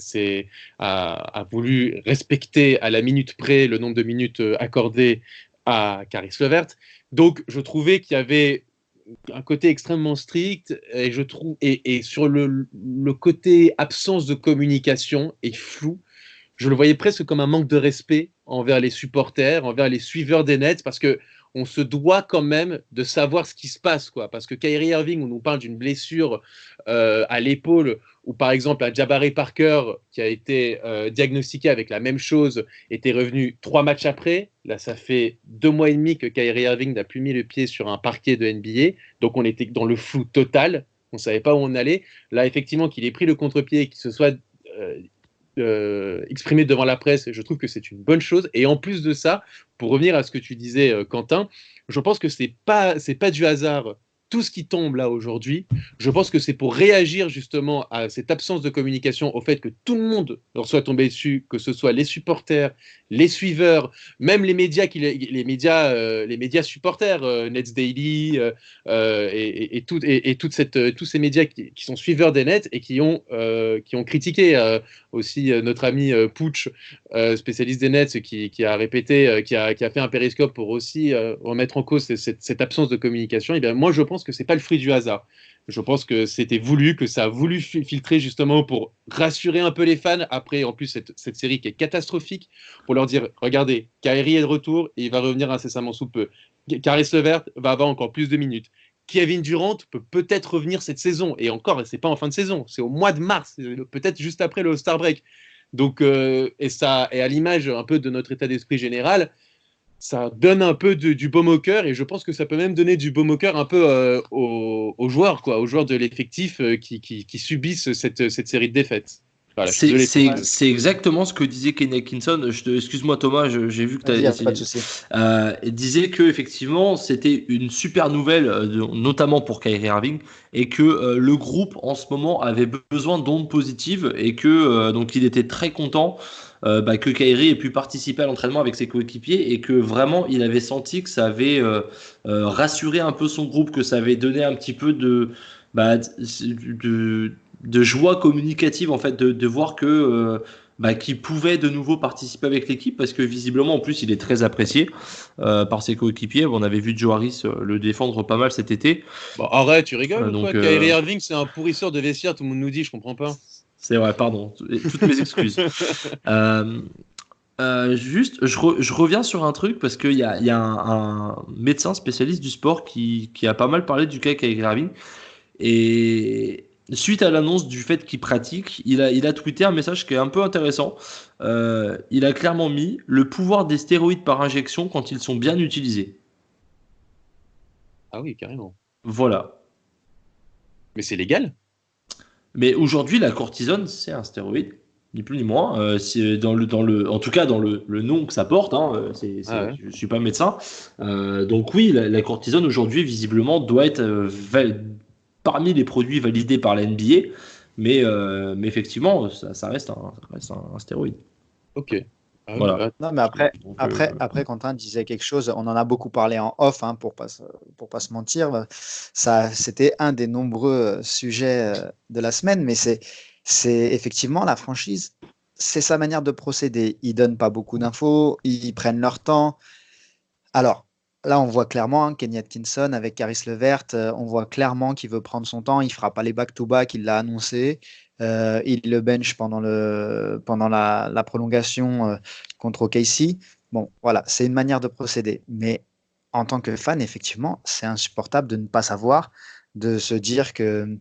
a voulu respecter à la minute près le nombre de minutes accordées à Caris LeVert. Donc je trouvais qu'il y avait un côté extrêmement strict, et je trouve et sur le côté absence de communication et flou, je le voyais presque comme un manque de respect envers les supporters, envers les suiveurs des Nets, parce que on se doit quand même de savoir ce qui se passe, quoi. Parce que Kyrie Irving, on nous parle d'une blessure à l'épaule, ou par exemple un Jabari Parker qui a été diagnostiqué avec la même chose, était revenu 3 matchs après. Là, ça fait 2 mois et demi que Kyrie Irving n'a plus mis le pied sur un parquet de NBA, donc on était dans le flou total, on ne savait pas où on allait. Là, effectivement, qu'il ait pris le contre-pied et qu'il se soit exprimé devant la presse, je trouve que c'est une bonne chose. Et en plus de ça, pour revenir à ce que tu disais, Quentin, je pense que c'est pas du hasard tout ce qui tombe là aujourd'hui. Je pense que c'est pour réagir justement à cette absence de communication, au fait que tout le monde leur soit tombé dessus, que ce soit les supporters, les suiveurs, même les médias les médias supporters, Nets Daily et tous ces médias qui sont suiveurs des Nets et qui ont critiqué aussi notre ami Pooch, spécialiste des Nets, qui a répété, qui a fait un périscope pour aussi remettre en cause cette absence de communication. Et bien moi je pense que c'est pas le fruit du hasard. Je pense que c'était voulu, que ça a voulu filtrer justement pour rassurer un peu les fans. Après, en plus, cette série qui est catastrophique, pour leur dire, regardez, Kyrie est de retour et il va revenir incessamment sous peu. Caris LeVert va avoir encore plus de minutes. Kevin Durant peut peut-être revenir cette saison. Et encore, c'est pas en fin de saison, c'est au mois de mars, peut-être juste après le All-Star Break. Donc, et à l'image un peu de notre état d'esprit général, ça donne un peu du baume au cœur, et je pense que ça peut même donner du baume au cœur un peu aux joueurs, quoi, aux joueurs de l'effectif qui subissent cette série de défaites. Voilà, c'est exactement ce que disait Kenny Atkinson. Excuse-moi Thomas, j'ai vu que tu as pas de souci. Il disait que effectivement c'était une super nouvelle, notamment pour Kyrie Irving, et que le groupe en ce moment avait besoin d'ondes positives, et que donc il était très content que Kyrie ait pu participer à l'entraînement avec ses coéquipiers, et que vraiment il avait senti que ça avait rassuré un peu son groupe, que ça avait donné un petit peu de joie communicative, en fait, de voir que qu'il pouvait de nouveau participer avec l'équipe, parce que visiblement en plus il est très apprécié par ses coéquipiers. On avait vu Joe Harris le défendre pas mal cet été. Bon, arrête, tu rigoles ou quoi? donc, Kyrie Irving, c'est un pourrisseur de vestiaire, tout le monde nous dit, je comprends pas. C'est vrai, pardon, toutes mes excuses. Juste, je reviens sur un truc, parce qu'il y a un médecin spécialiste du sport qui a pas mal parlé du cas Kyrie Irving, et suite à l'annonce du fait qu'il pratique, il a tweeté un message qui est un peu intéressant. Il a clairement mis le pouvoir des stéroïdes par injection quand ils sont bien utilisés. Ah oui, carrément. Voilà. Mais c'est légal? Mais aujourd'hui, la cortisone, c'est un stéroïde, ni plus ni moins. C'est en tout cas dans le nom que ça porte. Hein, ouais. Je suis pas médecin. Donc oui, la cortisone aujourd'hui, visiblement, doit être parmi les produits validés par la NBA, mais effectivement, ça reste un stéroïde. Ok. Voilà. Non, mais après, Quentin disait quelque chose. On en a beaucoup parlé en off, hein, pour pas se mentir. Ça, c'était un des nombreux sujets de la semaine, mais c'est effectivement la franchise. c'est sa manière de procéder. Ils donnent pas beaucoup d'infos, ils prennent leur temps. Alors, là, on voit clairement Kenny Atkinson avec Caris Levert, on voit clairement qu'il veut prendre son temps. Il fera pas les back-to-back, il l'a annoncé. Il le bench pendant la prolongation contre OKC. Bon, voilà, c'est une manière de procéder. Mais en tant que fan, effectivement, c'est insupportable de ne pas savoir, de se dire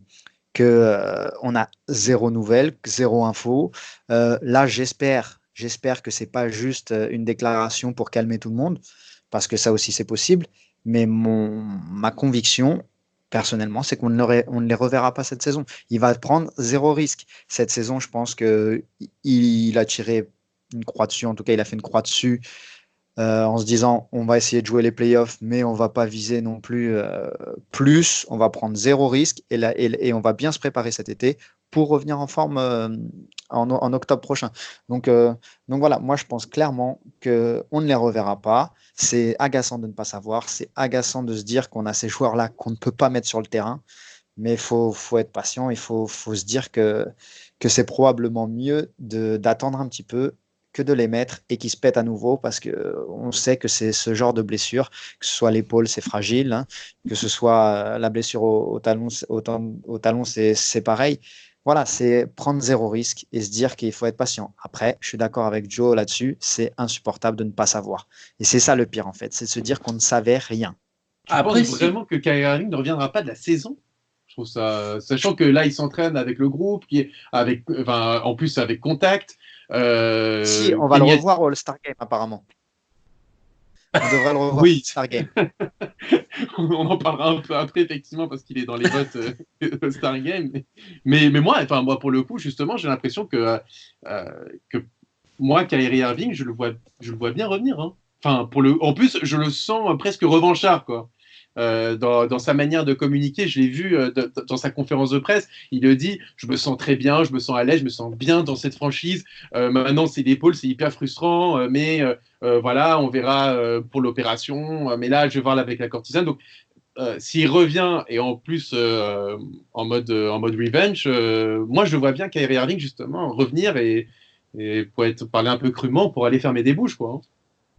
que on a zéro nouvelle, zéro info. Là, j'espère que c'est pas juste une déclaration pour calmer tout le monde, parce que ça aussi c'est possible. Mais ma conviction, personnellement, c'est on ne les reverra pas cette saison. Il va prendre zéro risque. Cette saison, je pense qu'il a tiré une croix dessus. En tout cas, il a fait une croix dessus en se disant on va essayer de jouer les playoffs, mais on va pas viser non plus plus. On va prendre zéro risque et on va bien se préparer cet été pour revenir en forme en octobre prochain. Donc voilà, moi je pense clairement qu'on ne les reverra pas. C'est agaçant de ne pas savoir, c'est agaçant de se dire qu'on a ces joueurs-là qu'on ne peut pas mettre sur le terrain, mais il faut être patient, il faut se dire que c'est probablement mieux d'attendre un petit peu que de les mettre et qu'ils se pètent à nouveau, parce qu'on sait que c'est ce genre de blessure, que ce soit l'épaule, c'est fragile, hein, que ce soit la blessure au talon, c'est pareil. Voilà, c'est prendre zéro risque et se dire qu'il faut être patient. Après, je suis d'accord avec Joe là-dessus, c'est insupportable de ne pas savoir. Et c'est ça le pire, en fait, c'est de se dire qu'on ne savait rien. Tu penses vraiment que Kyrie Irving ne reviendra pas de la saison? Je trouve ça, sachant que là, il s'entraîne avec le groupe, en plus avec Contact. Si, on va le revoir au All-Star Game, apparemment. On devrait le revoir au All-Star Game. On en parlera un peu après, effectivement, parce qu'il est dans les votes All-Star Game. Mais moi, pour le coup, justement, j'ai l'impression que moi, Kyrie Irving, je le vois bien revenir. Hein. En plus, je le sens presque revanchard, quoi. Dans sa manière de communiquer, je l'ai vu dans sa conférence de presse, il le dit, je me sens très bien, je me sens à l'aise, je me sens bien dans cette franchise. Maintenant, c'est l'épaule, c'est hyper frustrant, mais voilà, on verra pour l'opération. Mais là, je vais voir avec la cortisone. Donc, s'il revient et en plus en mode revenge, moi, je vois bien Kyrie Irving justement revenir et pour parler un peu crûment, pour aller fermer des bouches, quoi. Hein.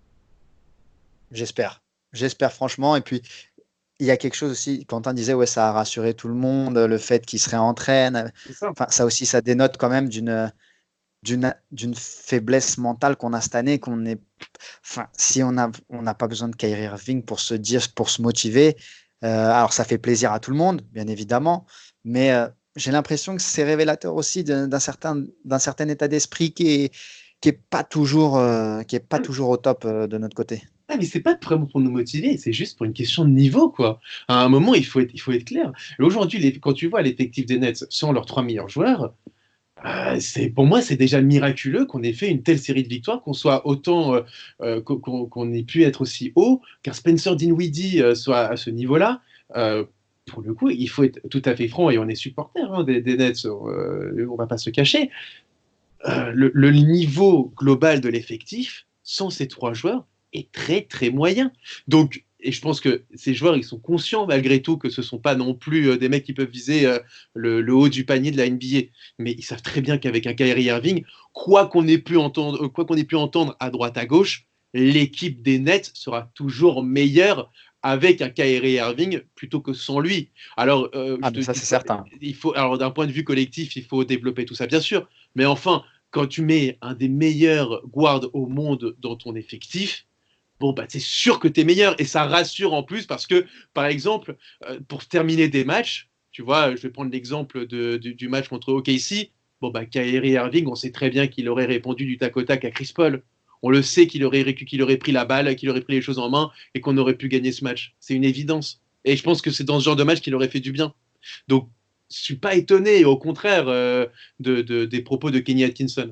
J'espère franchement. Et puis, il y a quelque chose aussi, Quentin disait, ouais, ça a rassuré tout le monde, le fait qu'il se réentraîne. Enfin, ça aussi, ça dénote quand même d'une faiblesse mentale qu'on a cette année, si on n'a pas besoin de Kyrie Irving pour se dire, pour se motiver, alors ça fait plaisir à tout le monde, bien évidemment, mais j'ai l'impression que c'est révélateur aussi d'un certain état d'esprit qui est pas toujours au top de notre côté. Ah, mais c'est pas vraiment pour nous motiver, c'est juste pour une question de niveau, quoi. À un moment, il faut être clair. Aujourd'hui, quand tu vois l'effectif des Nets sans leurs 3 meilleurs joueurs, pour moi, c'est déjà miraculeux qu'on ait fait une telle série de victoires, qu'on soit autant, qu'on ait pu être aussi haut, car Spencer Dinwiddie soit à ce niveau-là. Pour le coup, il faut être tout à fait franc, et on est supporter des Nets, on va pas se cacher. Le niveau global de l'effectif, sans ces 3 joueurs, est très très moyen. Donc, et je pense que ces joueurs, ils sont conscients malgré tout que ce ne sont pas non plus des mecs qui peuvent viser le haut du panier de la NBA. Mais ils savent très bien qu'avec un Kyrie Irving, quoi qu'on ait pu entendre à droite à gauche, l'équipe des Nets sera toujours meilleure avec un Kyrie Irving plutôt que sans lui. Alors, ça c'est certain. Alors, d'un point de vue collectif, il faut développer tout ça, bien sûr. Mais enfin, quand tu mets un des meilleurs guards au monde dans ton effectif, bon, bah, c'est sûr que tu es meilleur. Et ça rassure en plus parce que, par exemple, pour terminer des matchs, tu vois, je vais prendre l'exemple du match contre OKC. Bon, bah, Kyrie Irving, on sait très bien qu'il aurait répondu du tac au tac à Chris Paul. On le sait qu'il aurait pris la balle, qu'il aurait pris les choses en main et qu'on aurait pu gagner ce match. C'est une évidence. Et je pense que c'est dans ce genre de match qu'il aurait fait du bien. Donc, je ne suis pas étonné, au contraire, des propos de Kenny Atkinson.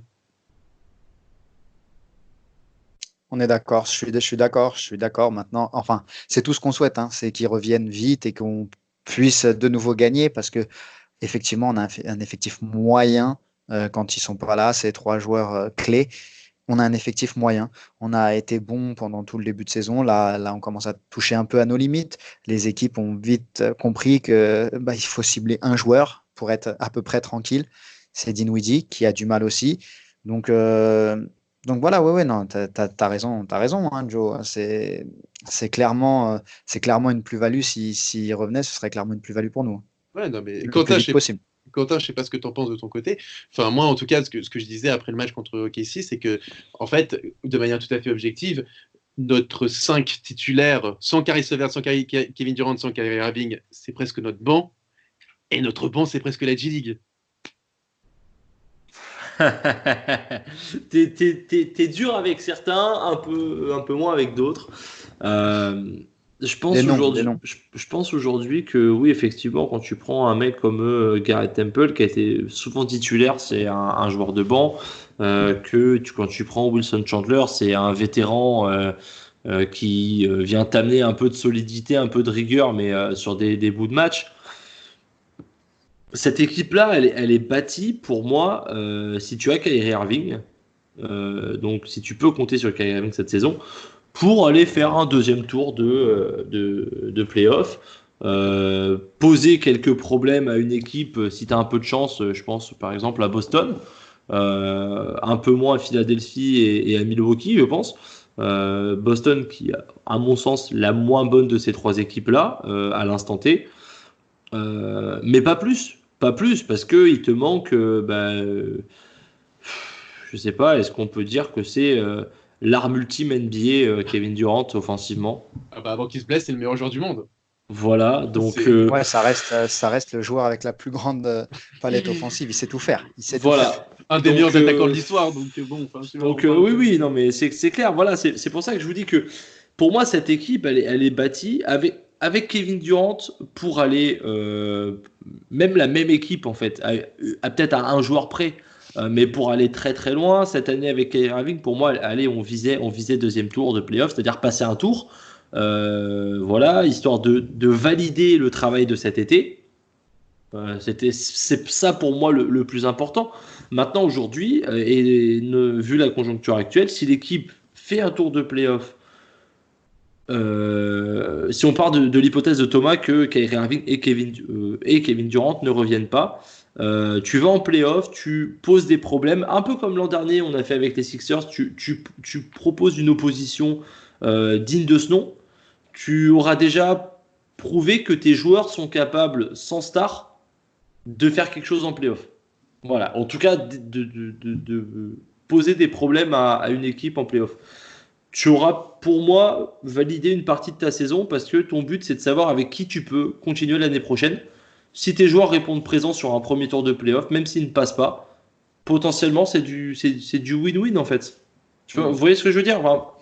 On est d'accord, je suis d'accord maintenant. Enfin, c'est tout ce qu'on souhaite, hein, c'est qu'ils reviennent vite et qu'on puisse de nouveau gagner, parce que effectivement, on a un effectif moyen quand ils sont pas là, ces 3 joueurs clés. On a un effectif moyen. On a été bon pendant tout le début de saison. Là, on commence à toucher un peu à nos limites. Les équipes ont vite compris que il faut cibler un joueur pour être à peu près tranquille. C'est Dinwiddie qui a du mal aussi. Donc voilà, ouais, non, t'as raison, hein, Joe. C'est clairement une plus-value. S'il revenait, ce serait clairement une plus-value pour nous. Ouais, non, mais Le plus vite possible. Quentin, je sais pas ce que tu en penses de ton côté. Enfin, moi, en tout cas, ce que je disais après le match contre OKC, c'est que, en fait, de manière tout à fait objective, notre 5 titulaires, sans Caris LeVert, sans Kevin Durant, sans Kyrie Irving, c'est presque notre banc. Et notre banc, c'est presque la G-League. T'es dur avec certains, un peu moins avec d'autres. Je pense aujourd'hui que oui, effectivement, quand tu prends un mec comme Garrett Temple, qui a été souvent titulaire, c'est un joueur de banc. Quand tu prends Wilson Chandler, c'est un vétéran qui vient t'amener un peu de solidité, un peu de rigueur, mais sur des bouts de match. Cette équipe-là, elle est bâtie pour moi si tu as Kyrie Irving. Donc, si tu peux compter sur Kyrie Irving cette saison pour aller faire un deuxième tour de play-off, poser quelques problèmes à une équipe si tu as un peu de chance. Je pense par exemple à Boston, un peu moins à Philadelphie et à Milwaukee, je pense. Boston qui a, à mon sens, la moins bonne de ces trois équipes-là à l'instant T. Mais pas plus, parce que il te manque, je sais pas, est-ce qu'on peut dire que c'est l'arme ultime NBA, Kevin Durant offensivement? Ah bah, avant qu'il se blesse, c'est le meilleur joueur du monde. Voilà, donc ouais, ça reste le joueur avec la plus grande palette offensive. Il sait tout faire. Voilà, un des meilleurs attaquants de l'histoire. Donc oui, non, mais c'est clair. Voilà, c'est pour ça que je vous dis que pour moi cette équipe, elle est bâtie avec Kevin Durant pour aller, même la même équipe en fait, à peut-être à un joueur près, mais pour aller très très loin. Cette année avec Kyrie Irving, pour moi, allez, on visait deuxième tour de playoff, c'est-à-dire passer un tour, voilà, histoire de valider le travail de cet été. C'est ça pour moi le plus important. Maintenant aujourd'hui, vu la conjoncture actuelle, si l'équipe fait un tour de playoff, si on part de l'hypothèse de Thomas que Kyrie Irving et Kevin Durant ne reviennent pas, tu vas en playoff, tu poses des problèmes, un peu comme l'an dernier on a fait avec les Sixers, tu proposes une opposition digne de ce nom, tu auras déjà prouvé que tes joueurs sont capables, sans star, de faire quelque chose en playoff. Voilà, en tout cas de poser des problèmes à une équipe en playoff. Tu auras, pour moi, validé une partie de ta saison parce que ton but, c'est de savoir avec qui tu peux continuer l'année prochaine. Si tes joueurs répondent présents sur un premier tour de playoff, même s'ils ne passent pas, potentiellement, c'est du win-win en fait. Tu vois, vous voyez ce que je veux dire?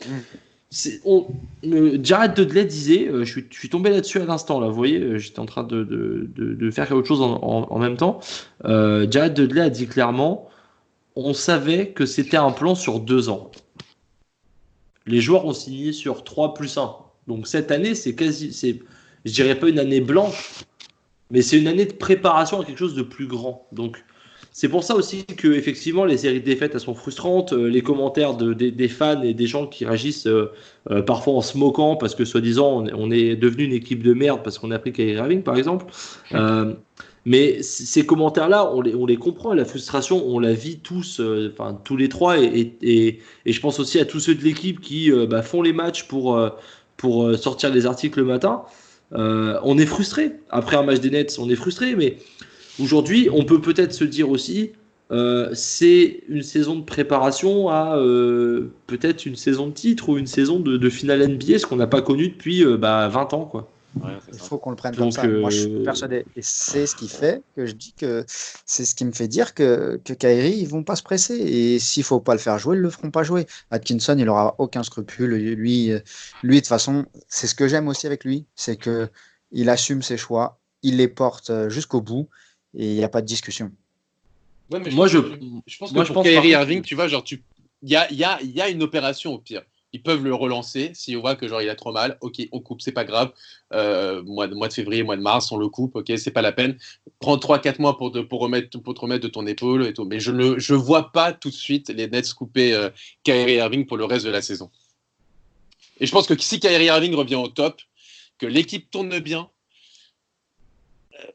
Jared Dudley disait, je suis tombé là-dessus à l'instant, là, vous voyez, j'étais en train de faire quelque chose en même temps. Jared Dudley a dit clairement, on savait que c'était un plan sur 2 ans. Les joueurs ont signé sur 3+1. Donc cette année, je dirais pas une année blanche, mais c'est une année de préparation à quelque chose de plus grand. Donc c'est pour ça aussi que effectivement les séries de défaites elles sont frustrantes, les commentaires des fans et des gens qui réagissent parfois en se moquant parce que soi-disant on est devenu une équipe de merde parce qu'on a pris Kyrie Irving par exemple. Mais ces commentaires-là, on les comprend. La frustration, on la vit tous, tous les trois. Et je pense aussi à tous ceux de l'équipe qui font les matchs pour sortir les articles le matin. On est frustré. Après un match des Nets, on est frustré. Mais aujourd'hui, on peut peut-être se dire aussi, c'est une saison de préparation à peut-être une saison de titre ou une saison de finale NBA, ce qu'on n'a pas connu depuis 20 ans, quoi. Ouais, il faut qu'on le prenne comme ça. Moi, je suis persuadé. Et c'est ce qui fait que je dis que c'est ce qui me fait dire que Kyrie, ils vont pas se presser. Et s'il faut pas le faire jouer, ils le feront pas jouer. Atkinson, il aura aucun scrupule. Lui, de toute façon, c'est ce que j'aime aussi avec lui, c'est que il assume ses choix, il les porte jusqu'au bout et il n'y a pas de discussion. Ouais, mais je pense que pour Kyrie Irving, tu vois, genre, il y a une opération au pire. Ils peuvent le relancer si on voit que genre il a trop mal. Ok, on coupe, c'est pas grave. Mois de février, mois de mars, on le coupe. Ok, c'est pas la peine. Prends 3-4 mois pour te remettre de ton épaule et tout. Mais je vois pas tout de suite les Nets couper Kyrie Irving pour le reste de la saison. Et je pense que si Kyrie Irving revient au top, que l'équipe tourne bien,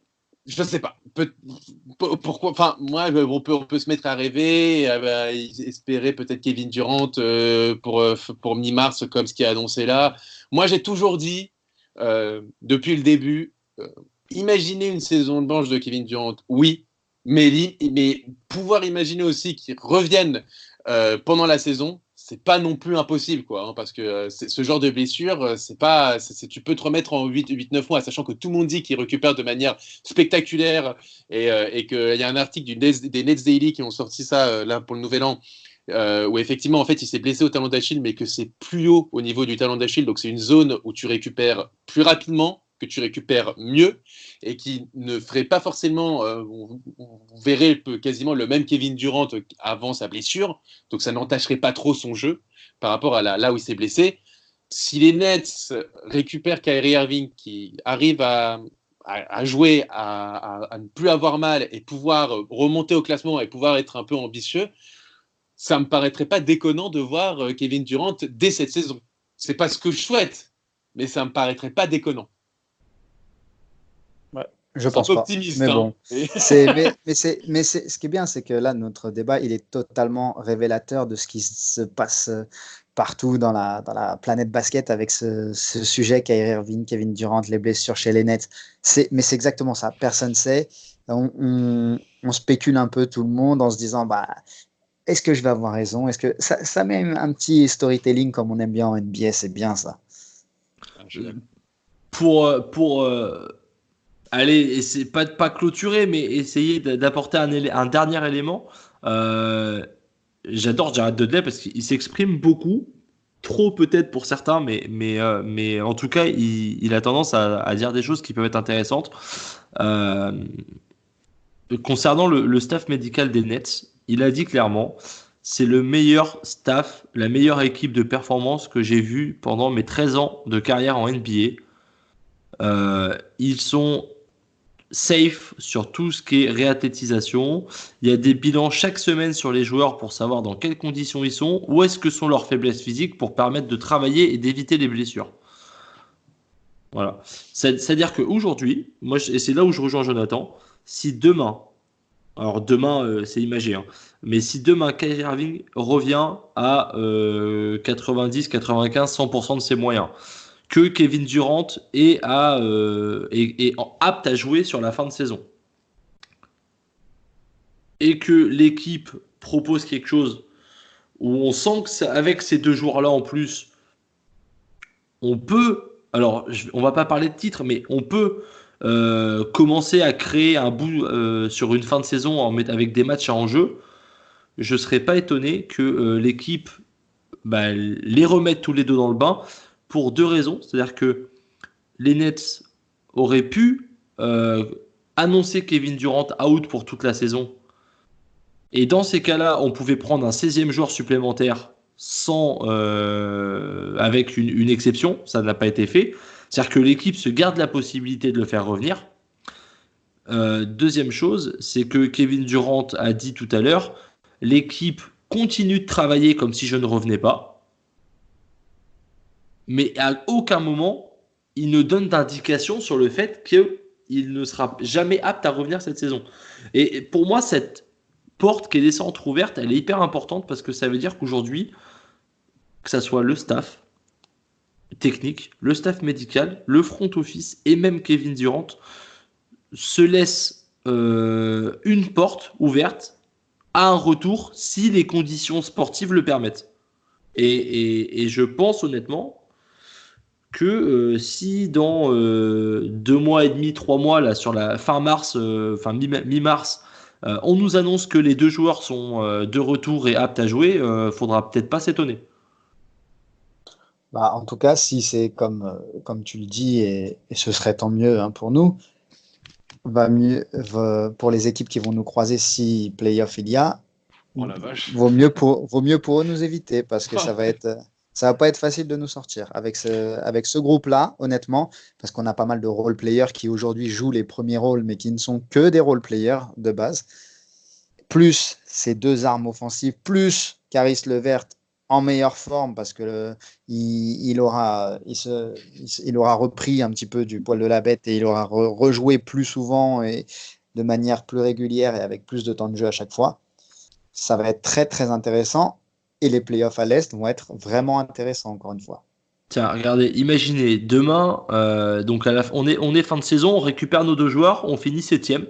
Je sais pas. Pourquoi? Enfin, moi, on peut se mettre à rêver, espérer peut-être Kevin Durant pour mi-mars, comme ce qui est annoncé là. Moi, j'ai toujours dit, depuis le début, imaginer une saison blanche de Kevin Durant, oui, mais pouvoir imaginer aussi qu'il revienne pendant la saison, c'est pas non plus impossible, quoi, hein, parce que ce genre de blessure, tu peux te remettre en 8-9 mois, sachant que tout le monde dit qu'il récupère de manière spectaculaire et qu'il y a un article des Nets Daily qui ont sorti ça là pour le Nouvel An, où effectivement, en fait, il s'est blessé au talon d'Achille, mais que c'est plus haut au niveau du talon d'Achille, donc c'est une zone où tu récupères plus rapidement, que tu récupères mieux, et qui ne ferait pas forcément, on verrait quasiment le même Kevin Durant avant sa blessure, donc ça n'entacherait pas trop son jeu par rapport à là où il s'est blessé. Si les Nets récupèrent Kyrie Irving, qui arrive à jouer, à ne plus avoir mal et pouvoir remonter au classement et pouvoir être un peu ambitieux, ça me paraîtrait pas déconnant de voir Kevin Durant dès cette saison. C'est pas ce que je souhaite, mais ça me paraîtrait pas déconnant. Ouais, je pense pas. Optimiste, mais bon, hein. mais ce qui est bien, c'est que là, notre débat, il est totalement révélateur de ce qui se passe partout dans la planète basket avec ce sujet Kyrie Irving, Kevin Durant, les blessures chez les Nets. Mais c'est exactement ça. Personne ne sait. On spécule un peu tout le monde en se disant, est-ce que je vais avoir raison? Est-ce que ça met un petit storytelling comme on aime bien en NBA, c'est bien ça. Pour allez, et c'est pas clôturer, mais essayer d'apporter un dernier élément. J'adore Jared Dudley parce qu'il s'exprime beaucoup, trop peut-être pour certains, mais en tout cas, il a tendance à dire des choses qui peuvent être intéressantes. Concernant le staff médical des Nets, il a dit clairement, c'est le meilleur staff, la meilleure équipe de performance que j'ai vue pendant mes 13 ans de carrière en NBA. Ils sont safe sur tout ce qui est réathlétisation. Il y a des bilans chaque semaine sur les joueurs pour savoir dans quelles conditions ils sont, où est-ce que sont leurs faiblesses physiques pour permettre de travailler et d'éviter les blessures. Voilà. C'est-à-dire qu'aujourd'hui, et c'est là où je rejoins Jonathan, si demain, alors demain c'est imagé, hein, mais si demain Kyrie Irving revient à 90, 95, 100% de ses moyens, que Kevin Durant est apte à jouer sur la fin de saison, et que l'équipe propose quelque chose où on sent qu'avec ces deux joueurs-là en plus, on peut, alors on va pas parler de titre, mais on peut commencer à créer un bout sur une fin de saison avec des matchs en jeu, je serais pas étonné que l'équipe les remette tous les deux dans le bain pour deux raisons. C'est-à-dire que les Nets auraient pu annoncer Kevin Durant out pour toute la saison, et dans ces cas-là, on pouvait prendre un 16e joueur supplémentaire avec une exception. Ça n'a pas été fait. C'est-à-dire que l'équipe se garde la possibilité de le faire revenir. Deuxième chose, c'est que Kevin Durant a dit tout à l'heure, l'équipe continue de travailler comme si je ne revenais pas. Mais à aucun moment, il ne donne d'indication sur le fait qu'il ne sera jamais apte à revenir cette saison. Et pour moi, cette porte qui est laissée entrouverte, elle est hyper importante parce que ça veut dire qu'aujourd'hui, que ça soit le staff technique, le staff médical, le front office et même Kevin Durant se laisse une porte ouverte à un retour si les conditions sportives le permettent. Et je pense honnêtement que si dans 2 mois et demi, 3 mois, là, sur la fin mars, mi-mars, on nous annonce que les deux joueurs sont de retour et aptes à jouer, faudra peut-être pas s'étonner. En tout cas, si c'est comme tu le dis, et ce serait tant mieux pour nous, pour les équipes qui vont nous croiser si play-off il y a, vaut mieux pour eux nous éviter parce que ça va pas être facile de nous sortir avec ce groupe-là, honnêtement, parce qu'on a pas mal de role-players qui aujourd'hui jouent les premiers rôles, mais qui ne sont que des role-players de base. Plus ces deux armes offensives, plus Caris LeVert en meilleure forme parce que il aura repris un petit peu du poil de la bête et il aura rejoué plus souvent et de manière plus régulière et avec plus de temps de jeu à chaque fois. Ça va être très très intéressant et les playoffs à l'Est vont être vraiment intéressants encore une fois. Tiens, regardez, imaginez, demain, donc on est fin de saison, on récupère nos 2 joueurs, on finit 7e.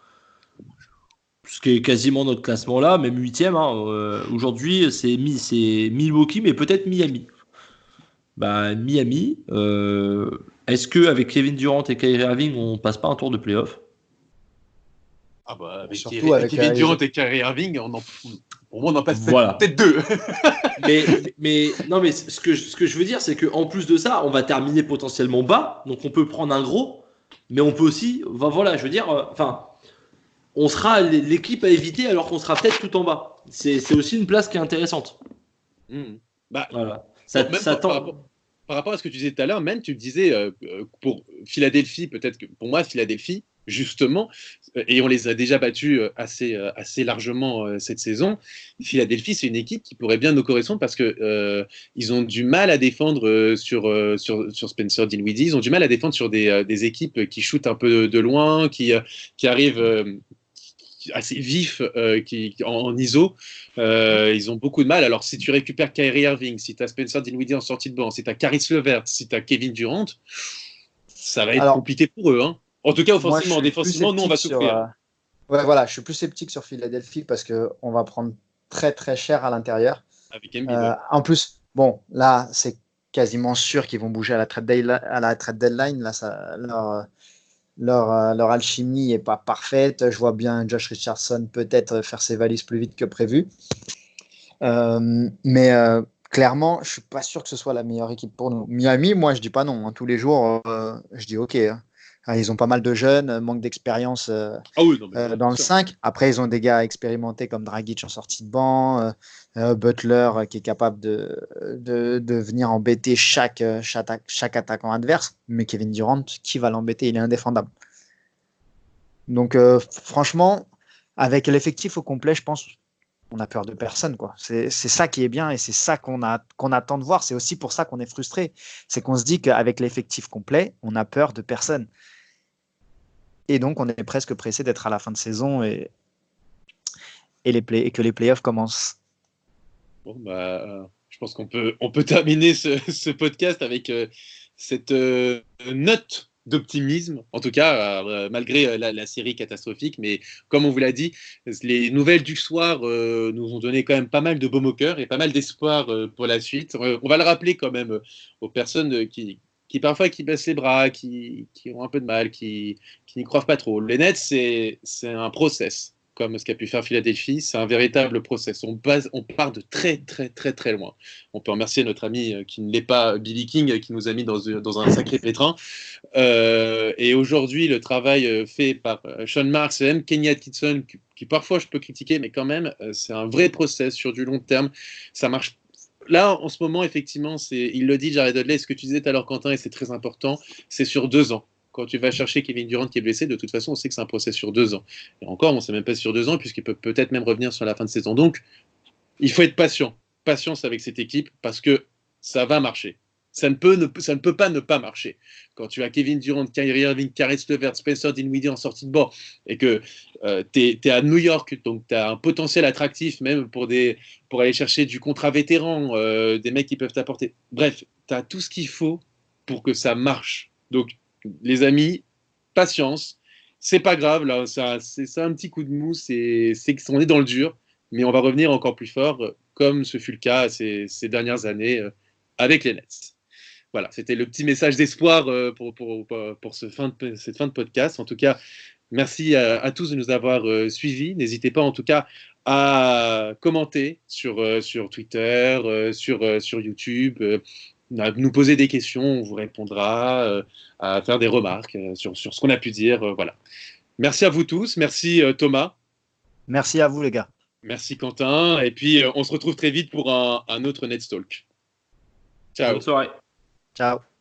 Ce qui est quasiment notre classement là, même 8e. Aujourd'hui, c'est Milwaukee, mais peut-être Miami. Miami, est-ce qu'avec Kevin Durant et Kyrie Irving, on passe pas un tour de playoff? Ah bah, avec Surtout avec Kevin Durant et Kyrie Irving, pour moi, on en passe peut-être 2. mais non, mais ce que je veux dire, c'est qu'en plus de ça, on va terminer potentiellement bas, donc on peut prendre un gros, mais on peut aussi, voilà, je veux dire, on sera l'équipe à éviter alors qu'on sera peut-être tout en bas. C'est aussi une place qui est intéressante. Voilà. Par rapport à ce que tu disais tout à l'heure, même tu disais pour Philadelphie, peut-être que pour moi, Philadelphie, justement, et on les a déjà battus assez largement cette saison, Philadelphie, c'est une équipe qui pourrait bien nous correspondre parce que ils ont du mal à défendre sur Spencer Dinwiddie, ils ont du mal à défendre sur des équipes qui shootent un peu de loin, qui arrivent assez vifs en ISO. Ils ont beaucoup de mal. Alors, si tu récupères Kyrie Irving, si tu as Spencer Dinwiddie en sortie de banc, si tu as Caris LeVert, si tu as Kevin Durant, ça va être compliqué pour eux. En tout cas, offensivement, défensivement, nous, on va souffrir. Je suis plus sceptique sur Philadelphie parce qu'on va prendre très, très cher à l'intérieur. Avec Embiid. En plus, là, c'est quasiment sûr qu'ils vont bouger à la trade deadline. Là, leur alchimie n'est pas parfaite. Je vois bien Josh Richardson peut-être faire ses valises plus vite que prévu. Mais clairement, je ne suis pas sûr que ce soit la meilleure équipe pour nous. Miami, moi, je ne dis pas non. Tous les jours, je dis OK. Ils ont pas mal de jeunes, manque d'expérience dans le 5. Après, ils ont des gars expérimentés comme Dragic en sortie de banc, Butler qui est capable de venir embêter chaque attaquant adverse. Mais Kevin Durant, qui va l'embêter? Il est indéfendable. Donc, franchement, avec l'effectif au complet, je pense qu'on a peur de personne, quoi. C'est ça qui est bien et c'est ça qu'on attend de voir. C'est aussi pour ça qu'on est frustré. C'est qu'on se dit qu'avec l'effectif complet, on a peur de personne. Et donc, on est presque pressé d'être à la fin de saison et que les playoffs commencent. Bon, je pense qu'on peut terminer ce podcast avec cette note d'optimisme, en tout cas, malgré la série catastrophique. Mais comme on vous l'a dit, les nouvelles du soir nous ont donné quand même pas mal de baume au cœur et pas mal d'espoir pour la suite. On va le rappeler quand même aux personnes qui parfois qui baissent les bras, qui ont un peu de mal, qui n'y croient pas trop. Les Nets, c'est un process, comme ce qu'a pu faire Philadelphie, c'est un véritable process. On part de très très très très loin. On peut remercier notre ami qui ne l'est pas, Billy King, qui nous a mis dans un sacré pétrin. Et aujourd'hui, le travail fait par Sean Marks et même Kenny Atkinson, qui parfois je peux critiquer, mais quand même, c'est un vrai process sur du long terme. Ça marche. Là, en ce moment, effectivement, il le dit, Jared Dudley, ce que tu disais tout à l'heure, Quentin, et c'est très important, c'est sur 2 ans. Quand tu vas chercher Kevin Durant qui est blessé, de toute façon, on sait que c'est un process sur 2 ans. Et encore, on ne sait même pas sur 2 ans, puisqu'il peut peut-être même revenir sur la fin de saison. Donc, il faut être patient. Patience avec cette équipe, parce que ça va marcher. Ça ne peut pas ne pas marcher. Quand tu as Kevin Durant, Kyrie Irving, Caris LeVert, Spencer Dinwiddie en sortie de banc, et que tu es à New York, donc tu as un potentiel attractif même pour aller chercher du contrat vétéran, des mecs qui peuvent t'apporter. Bref, tu as tout ce qu'il faut pour que ça marche. Donc, les amis, patience. C'est pas grave, là, c'est un petit coup de mou, c'est qu'on est dans le dur, mais on va revenir encore plus fort, comme ce fut le cas ces dernières années avec les Nets. Voilà, c'était le petit message d'espoir pour cette fin de podcast. En tout cas, merci à tous de nous avoir suivis. N'hésitez pas en tout cas à commenter sur Twitter, sur YouTube, à nous poser des questions, on vous répondra, à faire des remarques sur ce qu'on a pu dire. Voilà. Merci à vous tous. Merci Thomas. Merci à vous les gars. Merci Quentin. Et puis on se retrouve très vite pour un autre Nets Talk. Ciao. Bonne soirée. Ciao.